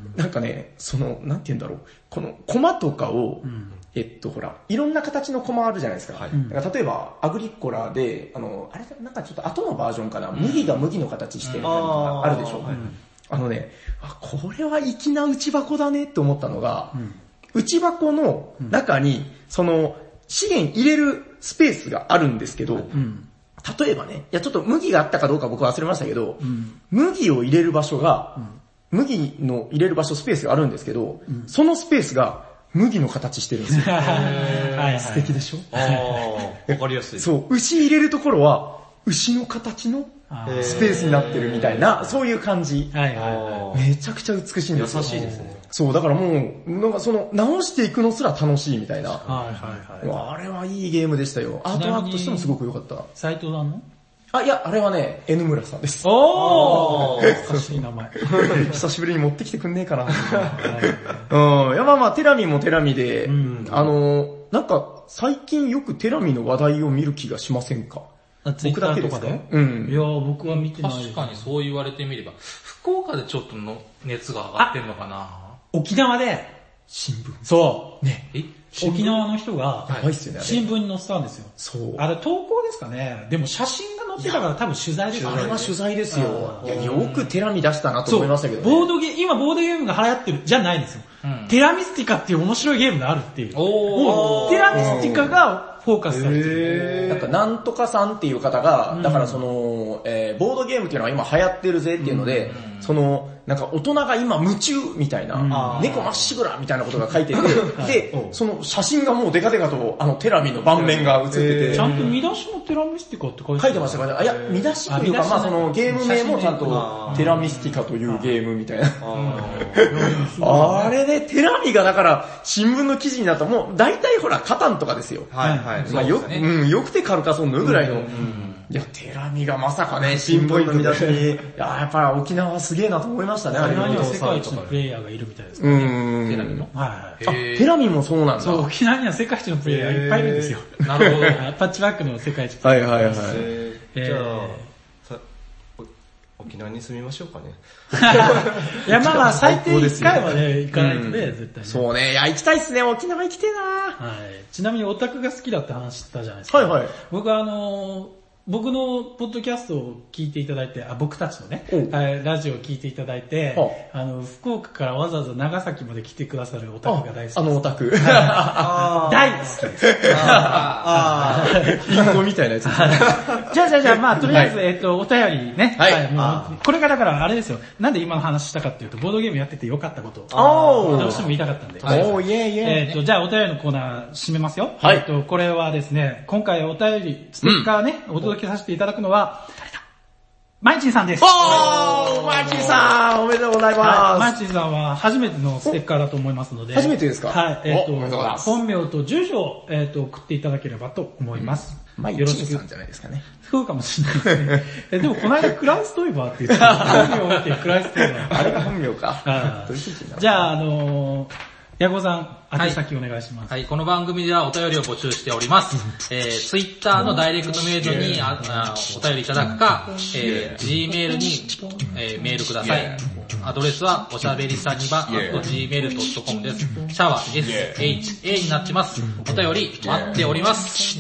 なんかね、その、なんて言うんだろう。このコマとかを、うん、えっとほら、いろんな形のコマあるじゃないですか。はい、だから例えば、アグリコラで、あの、あれなんかちょっと後のバージョンかな、うん、麦が麦の形してるみたいなのがあるでしょ。うん、あのね、あ、これは粋な内箱だねって思ったのが、うん、内箱の中に、その、資源入れるスペースがあるんですけど、うん例えばね、いやちょっと麦があったかどうか僕忘れましたけど、うん、麦を入れる場所が、うん、麦の入れる場所スペースがあるんですけど、うん、そのスペースが麦の形してるんですよ。素敵でしょ？ あー、わかりやすい。 そう、牛入れるところは牛の形のスペースになってるみたいな、そういう感じ。はいはい、めちゃくちゃ美しいんですよ。 優しいですね。 そう、だからもう、なんかその、直していくのすら楽しいみたいな。はいはいはい。あれはいいゲームでしたよ。アートワークとしてもすごく良かった。 斉藤さんの？ あ、いや、あれはね、N 村さんです。 おー懐かしい名前。 久しぶりに持ってきてくんねえかな。うん。いや、まあまあ、テラミもテラミで、うん、あの、なんか、最近よくテラミの話題を見る気がしませんか？ 僕だけですか？うん。いや、僕は見てない。 確かにそう言われてみれば、福岡でちょっとの熱が上がってんのかな。 沖縄で、 新聞。 そう。ね。え沖縄の人が、新聞に載せたんですよ。 そう。 あれ投稿ですかね。でも写真が載ってたから多分取材ですよね。 あれは取材ですよ。いや、よくテラミ出したなと思いましたけどね。 ボードゲーム、今ボードゲームが流行ってるじゃないんですよ。うん、テラミスティカっていう面白いゲームがあるっていう。おー。テラミスティカがフォーカスされてる。 なんかなんとかさんっていう方が、うん、だからその、えー、ボードゲームっていうのは今流行ってるぜっていうので、うん、その、なんか大人が今夢中みたいな、うん、猫まっしぐらみたいなことが書いてて、で、その写真がもうデカデカとあのテラミの盤面が写ってて、 ちゃんと見出しもテラミスティカって書いて書いてましたから、ね、いや、見出しというか、まあそのゲーム名もちゃんとテラミスティカというゲームみたいな。あれね、テラミがだから新聞の記事になったらもう大体ほらカタンとかですよ。はいはい。まあよ、うん、よくてカルカソンヌぐらいの。いや、テラミがまさかね、新聞の見出しに、いや、やっぱり沖縄すげえなと思いましたね、あれは。世界一のプレイヤーがいるみたいですね。うん。テラミのはい。あ、テラミもそうなんだ。 そう、沖縄には世界一のプレイヤーがいっぱいいるんですよ。なるほど。パッチワークの世界一。 はいはいはい。 じゃあ、沖縄に住みましょうかね。 いや、まあまあ、最低いっかいはね、行かないとね、絶対ね。 そうね、いや、行きたいっすね、沖縄行きてえな。 はい。ちなみにオタクが好きだって話したじゃないですか。はいはい。僕はあの、僕のポッドキャストを聞いていただいて、あ、僕たちのね、ラジオを聞いていただいて、あの、福岡からわざわざ長崎まで来てくださるオタクが大好きです。 あのオタク。 大好きです。 ああ、インコみたいなやつですね。 じゃあじゃあじゃあ、まあとりあえず、えっと、お便りね。はい。もうこれがだからあれですよ。なんで今の話したかっていうと、ボードゲームやっててよかったことを、どうしても言いたかったんで。 おー、イェイイェイ。 えっと、じゃあお便りのコーナー締めますよ。はい。えっと、これはですね、今回お便り、ステッカーね、お届けさせていただくのは、誰だ？マイチンさんです。 おー、マイチンさん、おめでとうございます。はい、 マイチンさんは初めてのステッカーだと思いますので。 初めてですか？ はい。えっ、ー、と、本名と住所を、えっ、ー、と送っていただければと思います。 うん、マイチンさんじゃないですかね。 そうかもしれないですね。えでもこの間クラウストイバーって言ってた。本名を見てクラウストイバー。 あれが本名か。 じゃあ、あのー、ヤゴさん、宛先お願いします、 はい。はい、この番組ではお便りを募集しております。えー、ツイッターのダイレクトメールにああお便りいただくか、えー、Gmail に、えー、メールください。アドレスはおしゃべりさにば アットジーメールドットコム です。シャワー エスエイチエー になってます。お便り待っております。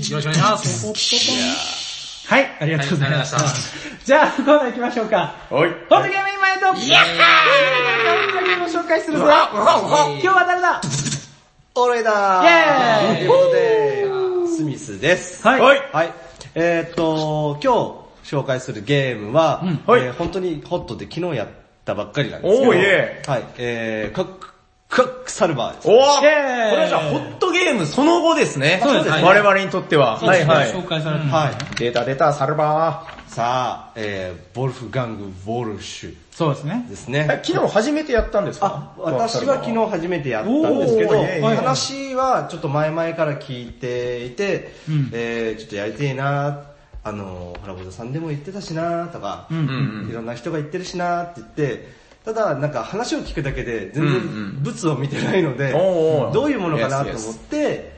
よろしくお願いします。 はい、ありがとうございました。じゃあ、コーナー行きましょうか。 はい。 ホットゲーム今へと、イヤッハーホットゲームを紹介するぞ。今日は誰だ？ 俺だー。イェーイということで、スミスです。はい。はい。えーっと、今日紹介するゲームは、うん、えー、本当にホットで昨日やったばっかりなんですけど、おー、イェーイ。はい。えー、かクワックサルバーです。 おー、これはじゃあホットゲームその後ですね。 そうですね。 我々にとっては。 はいはい。紹介されてます。 はい。出た出た、サルバー。さあ、えー、ボルフガング・ボルシュ。 そうですね。 ですね。 昨日初めてやったんですか？ あ、私は昨日初めてやったんですけど、話はちょっと前々から聞いていて、うん、えー、ちょっとやりてえな、あの、原坊さんでも言ってたしなとか、うんうんうん、いろんな人が言ってるしなって言って、ただなんか話を聞くだけで全然物を見てないので、うんうん、どういうものかなと思って、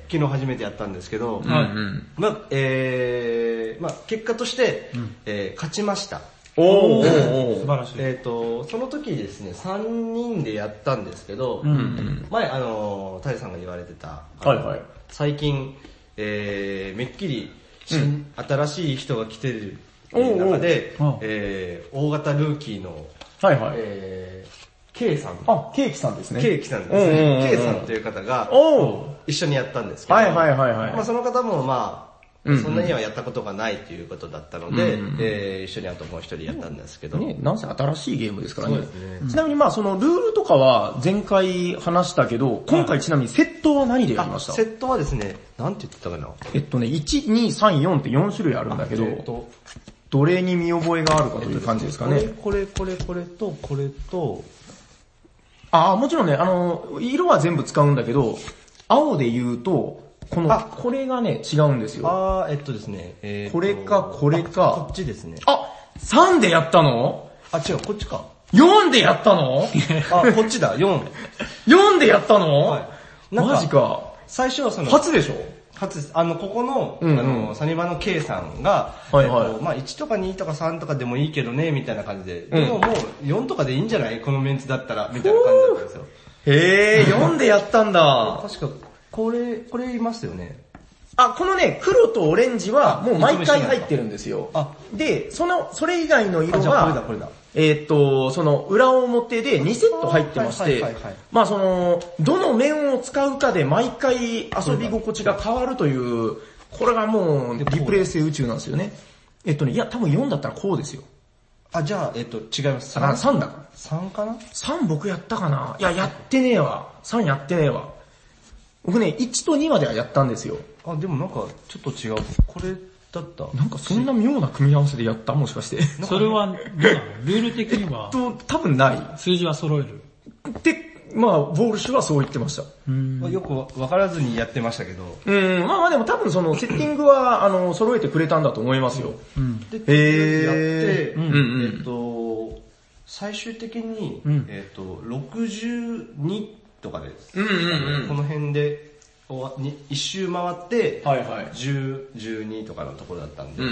昨日初めてやったんですけど、うんうん、まあ、えー、まあ結果として、うんえー、勝ちました。 おー、 素晴らしい。 えっ、ー、と、その時ですね、さんにんでやったんですけど、うんうん、前、あの、タイさんが言われてた、 はいはい、 最近、えー、めっきり、うん、新しい人が来てる中で、えー、大型ルーキーの、 はいはい、 えー、K さん。 あ、ケーキさんですね。 ケーキさんですね。K さんという方が、一緒にやったんですけど、 はいはいはいはい、 まあその方もまあ、そんなにはやったことがないということだったので、うんうんえー、一緒にあともう一人やったんですけど。 ね、なんせ新しいゲームですからね。 そうですね。 ちなみにまあそのルールとかは前回話したけど、今回ちなみにセットは何でやりました？ セットはですね、なんて言ってたかなえっとね、いち、に、さん、よんってよん種類あるんだけど、えっと、どれに見覚えがあるかという感じですかね。 これ、これ、これ、これと、これと、 ああ、もちろんね、あの、色は全部使うんだけど、青で言うと、この、これがね、違うんですよ。 あー、えっとですね、えー、 これか、これか。 こっちですね。 あ、さんでやったの？ あ、違う、こっちか。 よんでやったの？ あ、こっちだ、よん。 よんでやったの？ はい。 マジか。 最初はその、 初でしょ？ 初です。あの、ここの、 うんうん、 あの、サニバの K さんが、はいはいえっと、まあいちとかにとかさんとかでもいいけどね、みたいな感じで、うん、でももうよんとかでいいんじゃないこのメンツだったら、みたいな感じだったんですよ。 へー、よんでやったんだ。 確か、これ、これいますよね。 あ、このね、黒とオレンジはもう毎回入ってるんですよ。 あで、その、それ以外の色は、これだこれだえーっと、その裏表でにセット入ってまして、まあその、どの面を使うかで毎回遊び心地が変わるという、これがもうリプレイ性宇宙なんですよね。えっとね、いや多分よんだったらこうですよ。 あ、じゃあ、えっと、違います。 あ、さんだから。 さんかな ? さん 僕やったかないや、やってねえわ。さんやってねえわ。僕ね、いちとにまではやったんですよ。 あ、でもなんか、ちょっと違う。これだった。 なんかそんな妙な組み合わせでやったもしかして。 それは、どうなのルール的には。 えっと、多分ない。 数字は揃える。 で、まあ、ボールシュはそう言ってました。 うんよくわからずにやってましたけど。 うん、まあまあでも多分そのセッティングは、あの、揃えてくれたんだと思いますよ。 うん、で、えー、やって、うんうん、えっと、最終的に、うん、えっと、ろくじゅうにとかです。 うんうんうん、 この辺で、一周回って、 はいはい、 じゅう、じゅうにとかのところだったんで、 うんうん、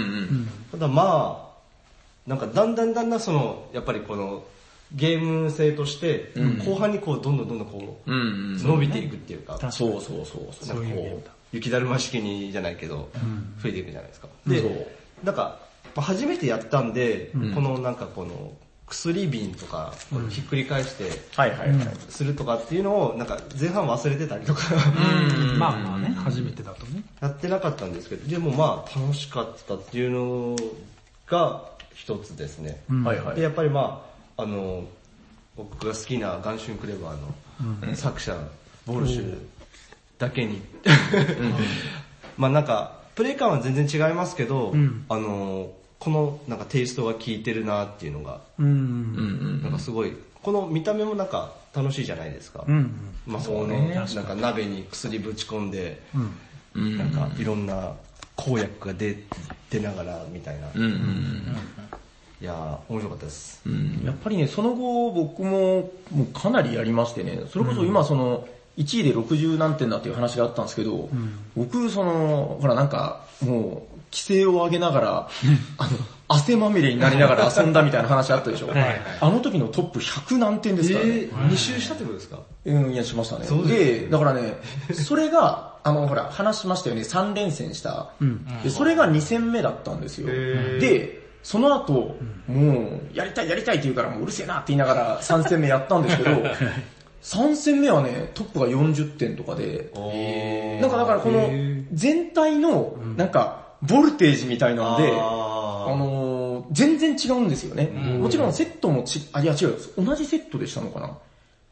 ただまあ、なんかだんだんだんだんその、やっぱりこの、ゲーム性として、うん、後半にこう、どんどんどんどんこう、うんうん、伸びていくっていうか、 そうそうそうそう。 なんかこう、雪だるま式にじゃないけど、うん、増えていくじゃないですか。で、なんか、初めてやったんで、うん、このなんかこの、薬瓶とか、ひっくり返して、 はいはいはい。 するとかっていうのを、なんか前半忘れてたりとか。 うんまあまあね、初めてだとね。 やってなかったんですけど、でもまあ楽しかったっていうのが一つですね。 うん、はいはい。 で、やっぱりまあ、あの、僕が好きなガンシュンクレバーの作者、ボルシュだけに。まあなんか、プレイ感は全然違いますけど、うん、あの、このなんかテイストが効いてるなっていうのが、うん、なんかすごい、この見た目もなんか楽しいじゃないですか。うん、魔法のなんか鍋に薬ぶち込んで、うん、なんかいろんな公約が出出ながらみたいな。うんうんうん、いやー、面白かったです、 うん。やっぱりね、その後僕ももうかなりやりましてね、それこそ今そのいちいでろくじゅうなんてんだっていう話があったんですけど、うん、僕その、ほらなんかもう、規制を上げながら、あの、汗まみれになりながら遊んだみたいな話あったでしょ。はいはい、あの時のトップひゃくなんてんですからね。えー、に周したってことですか？ うん、いや、しましたね。で、だからね、それが、あの、ほら、話しましたよね、さん連戦した。うん、でそれがに戦目だったんですよ。で、その後、うん、もう、やりたいやりたいって言うからもううるせえなって言いながらさん戦目やったんですけど、さん戦目はね、トップがよんじゅってんとかで、なんかだからこの全体の、なんか、ボルテージみたいなんで、あ、あのー、全然違うんですよね。もちろんセットもち、あ、いや違う、同じセットでしたのかな。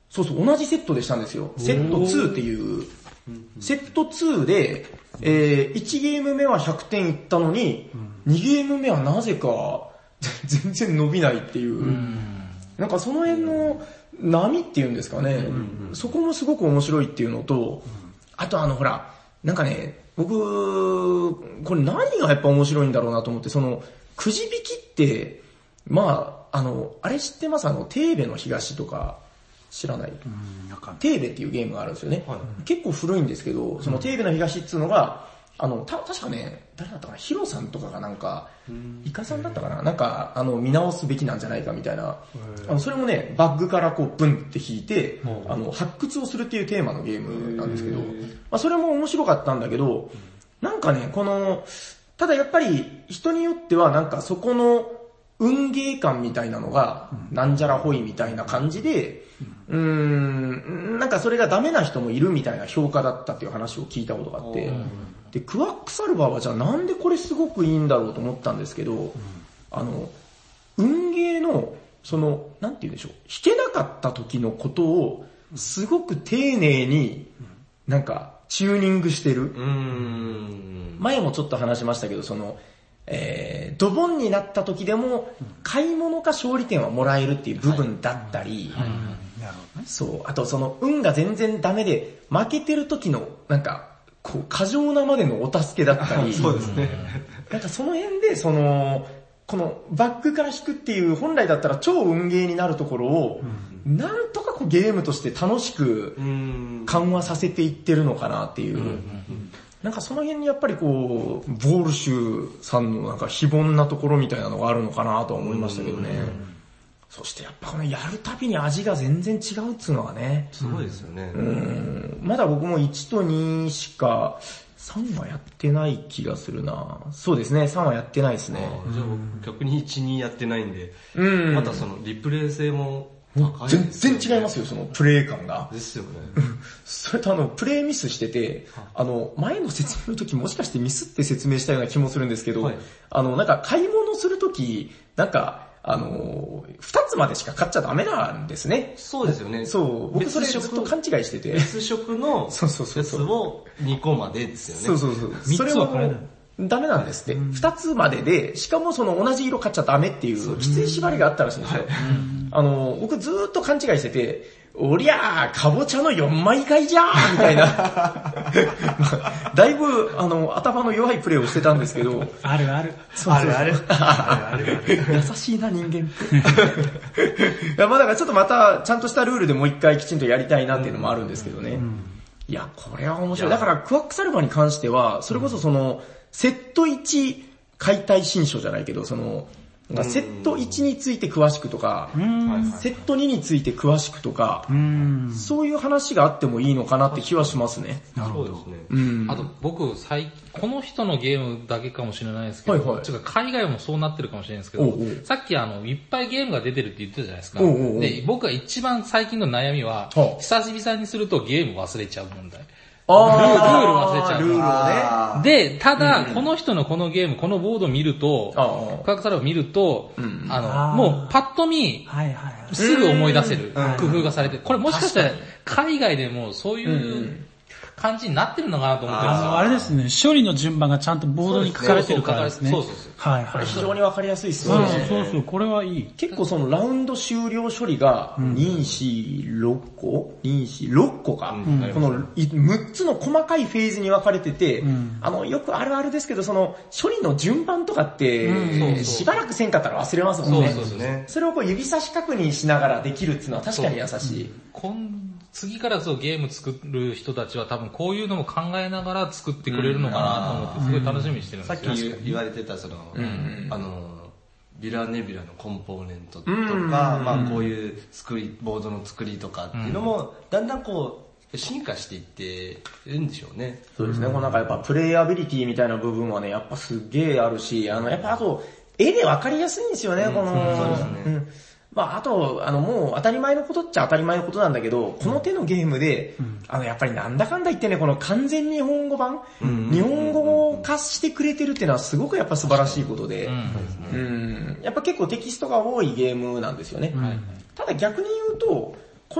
そうそう、同じセットでしたんですよ。セットツーっていう、セットツーで、えー、いちゲーム目はひゃくてんいったのに、うん、にゲーム目はなぜか全然伸びないっていう、うん、なんかその辺の波っていうんですかね、うん、そこもすごく面白いっていうのと、あとあのほら、なんかね、僕、これ何がやっぱ面白いんだろうなと思って、その、くじ引きって、まあ、あの、あれ知ってます？あの、テーベの東とか、知らない、うん、なんかテーベっていうゲームがあるんですよね。はい、結構古いんですけど、そのテーベの東っていうのが、あの、た、確かね、誰だったかな、ヒロさんとかがなんか、イカさんだったかな、なんか、あの、見直すべきなんじゃないかみたいな、あの、それもね、バッグからこう、ブンって引いて、あの、発掘をするっていうテーマのゲームなんですけど、まあ、それも面白かったんだけど、なんかね、この、ただやっぱり、人によってはなんかそこの、運ゲー感みたいなのが、なんじゃらほいみたいな感じで、うーん、なんかそれがダメな人もいるみたいな評価だったっていう話を聞いたことがあって、で、クワックサルバーはじゃあなんでこれすごくいいんだろうと思ったんですけど、あの、運ゲーの、その、なんて言うんでしょう、弾けなかった時のことを、すごく丁寧に、なんか、チューニングしてる。うーん、前もちょっと話しましたけど、その、えー、ドボンになった時でも、買い物か勝利点はもらえるっていう部分だったり、そう、あとその運が全然ダメで、負けてる時の、なんか、こう、過剰なまでのお助けだったり、 そうですね。 なんかその辺で、その、このバックから引くっていう、本来だったら超運ゲーになるところを、なんとかこうゲームとして楽しく緩和させていってるのかなっていう。なんかその辺にやっぱりこう、ボールシューさんのなんか非凡なところみたいなのがあるのかなとは思いましたけどね。そしてやっぱこのやるたびに味が全然違うっつうのはね。 すごいですよね。 うん。まだ僕もいちとにしか、さんはやってない気がするな。そうですね、さんはやってないですね。 じゃあ僕逆にいち、にやってないんで、うん、またそのリプレイ性も、 全然違いますよ、そのプレイ感が。 ですよね。 それとあの、プレイミスしてて、あの、前の説明の時もしかしてミスって説明したような気もするんですけど、はい、あの、なんか買い物する時、なんか、あの、二つまでしか買っちゃダメなんですね。 そうですよね。 そう、僕それずっと勘違いしてて。 別色のやつをにこまでですよね。 そうそうそう。それはダメなんですって。二、うん、つまでで、しかもその同じ色買っちゃダメっていうきつい縛りがあったらしいんですよ。はい、あの、僕ずーっと勘違いしてて、おりゃー、かぼちゃのよんまい買いじゃーみたいな。だいぶ、あの、頭の弱いプレイをしてたんですけど。 あるある。 そうそうそうあるある。あるある。優しいな、人間って。いや、まあだからちょっとまた、ちゃんとしたルールでもう一回きちんとやりたいなっていうのもあるんですけどね。うん、いや、これは面白い。だから、クワックサルバーに関しては、それこそその、セットいち解体新書じゃないけど、その、セットいちについて詳しくとか、セットにについて詳しくとか、そういう話があってもいいのかなって気はしますね。 なるほどですね。うん、あと僕最近、この人のゲームだけかもしれないですけど、はいはい、ちょっと海外もそうなってるかもしれないですけど、おうおうさっきあの、いっぱいゲームが出てるって言ってたじゃないですか。おうおうおうで、僕が一番最近の悩みは、久々にするとゲーム忘れちゃう問題。あルール忘れちゃう。 ルールをね。で、ただ、うん、この人のこのゲーム、このボードを見ると、クワックサルバーを見ると、うん、あの、あもうパッと見、はいはい、すぐ思い出せる工夫がされて、これもしかしたら海外でもそういう感じになってるのかなと思ってるんですよ。 あ, あれですね、処理の順番がちゃんとボードに書かれてるからですね。 そうそうそう。 はいはい。非常にわかりやすいですね。 そうそう、これはいい。 結構そのラウンド終了処理が、に、よん、ろっこ ?に、よん、ろっこか、うん。このむっつの細かいフェーズに分かれてて、うん、あの、よくあるあるですけど、その処理の順番とかって、うん、しばらくせんかったら忘れますもんね。そうそうそう。それをこう指差し確認しながらできるっていうのは確かに優しい。 次からそうゲーム作る人たちは多分こういうのも考えながら作ってくれるのかなと思ってすごい楽しみにしてるんですよ。 さっき言われてたその、うん、あの、ビラネビラのコンポーネントとか、まあこういう作り、ボードの作りとかっていうのも、だんだんこう、進化していってるんでしょうね。 そうですね。このなんかやっぱプレイアビリティみたいな部分はね、やっぱすげえあるし、あの、やっぱあと、絵でわかりやすいんですよね、うん、この、そうですね。うんまあ、あと、あの、もう当たり前のことっちゃ当たり前のことなんだけど、この手のゲームで、うん、あの、やっぱりなんだかんだ言ってね、この完全日本語版、うん、日本語化してくれてるっていうのはすごくやっぱ素晴らしいことで、うん、うん、やっぱ結構テキストが多いゲームなんですよね。うん、ただ逆に言うと、この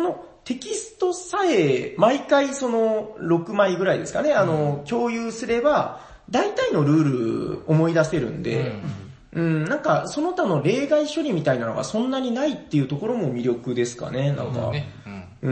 テキストさえ毎回そのろくまいぐらいですかね、あの、共有すれば、大体のルール思い出せるんで、うん、うん、なんかその他の例外処理みたいなのがそんなにないっていうところも魅力ですかね、なんか。 うん、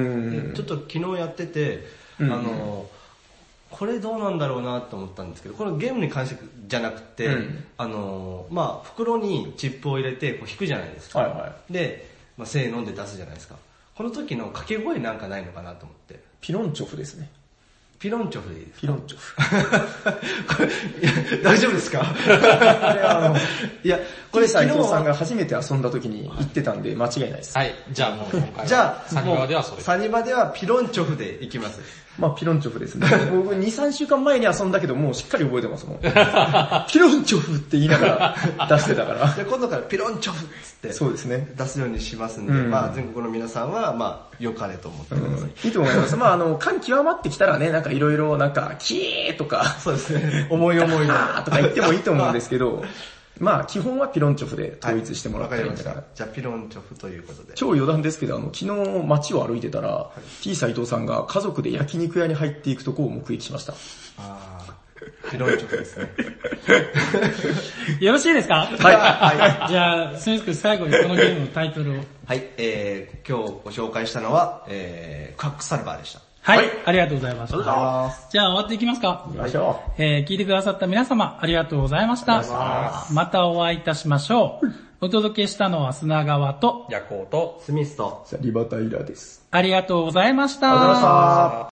ちょっと昨日やってて、あの、これどうなんだろうなと思ったんですけど、このゲームに関してじゃなくて、うん、あの、まあ袋にチップを入れてこう引くじゃないですか。はいはい、で、まあ、せーので出すじゃないですか。この時の掛け声なんかないのかなと思って。 ピロンチョフですね。 ピロンチョフでいいですか？ ピロンチョフ。 これ、いや、大丈夫ですか？ あれはあの、いや、これ斉藤さんが初めて遊んだ時に言ってたんで間違いないです。 はい、じゃあもう今回は。 じゃあ、 サニバではそれ。 サニバではピロンチョフでいきます。 まあピロンチョフですね。僕に、さんしゅうかんまえに遊んだけどもうしっかり覚えてますもん。ピロンチョフって言いながら出してたから。 で今度からピロンチョフっつってそうですね。 出すようにしますんで、うん、まあ全国の皆さんはまあ良かれと思ってください。うん、 いいと思います。まああの、感極まってきたらね、なんかいろいろなんか、キーとか、 そうですね。思い思いのとか言ってもいいと思うんですけど、まあ基本はピロンチョフで統一してもらってるんだから、 はい。じゃあピロンチョフということで。 超余談ですけど、あの、昨日街を歩いてたら、はい、T 斉藤さんが家族で焼肉屋に入っていくとこを目撃しました。 あー、ピロンチョフですね。 よろしいですか？ はい。はい。 じゃあ、すみません、最後にこのゲームのタイトルを。 はい、えー、今日ご紹介したのは、えー、クワックサルバーでした。 はい、はい、ありがとうございました。 ありがとうございます。 じゃあ終わっていきますか。 行きましょう。えー、聞いてくださった皆様、ありがとうございました。またお会いいたしましょう。お届けしたのは砂川と、 ヤコウと、 スミスと、 リバタイラです。 ありがとうございました。 ありがとうございました。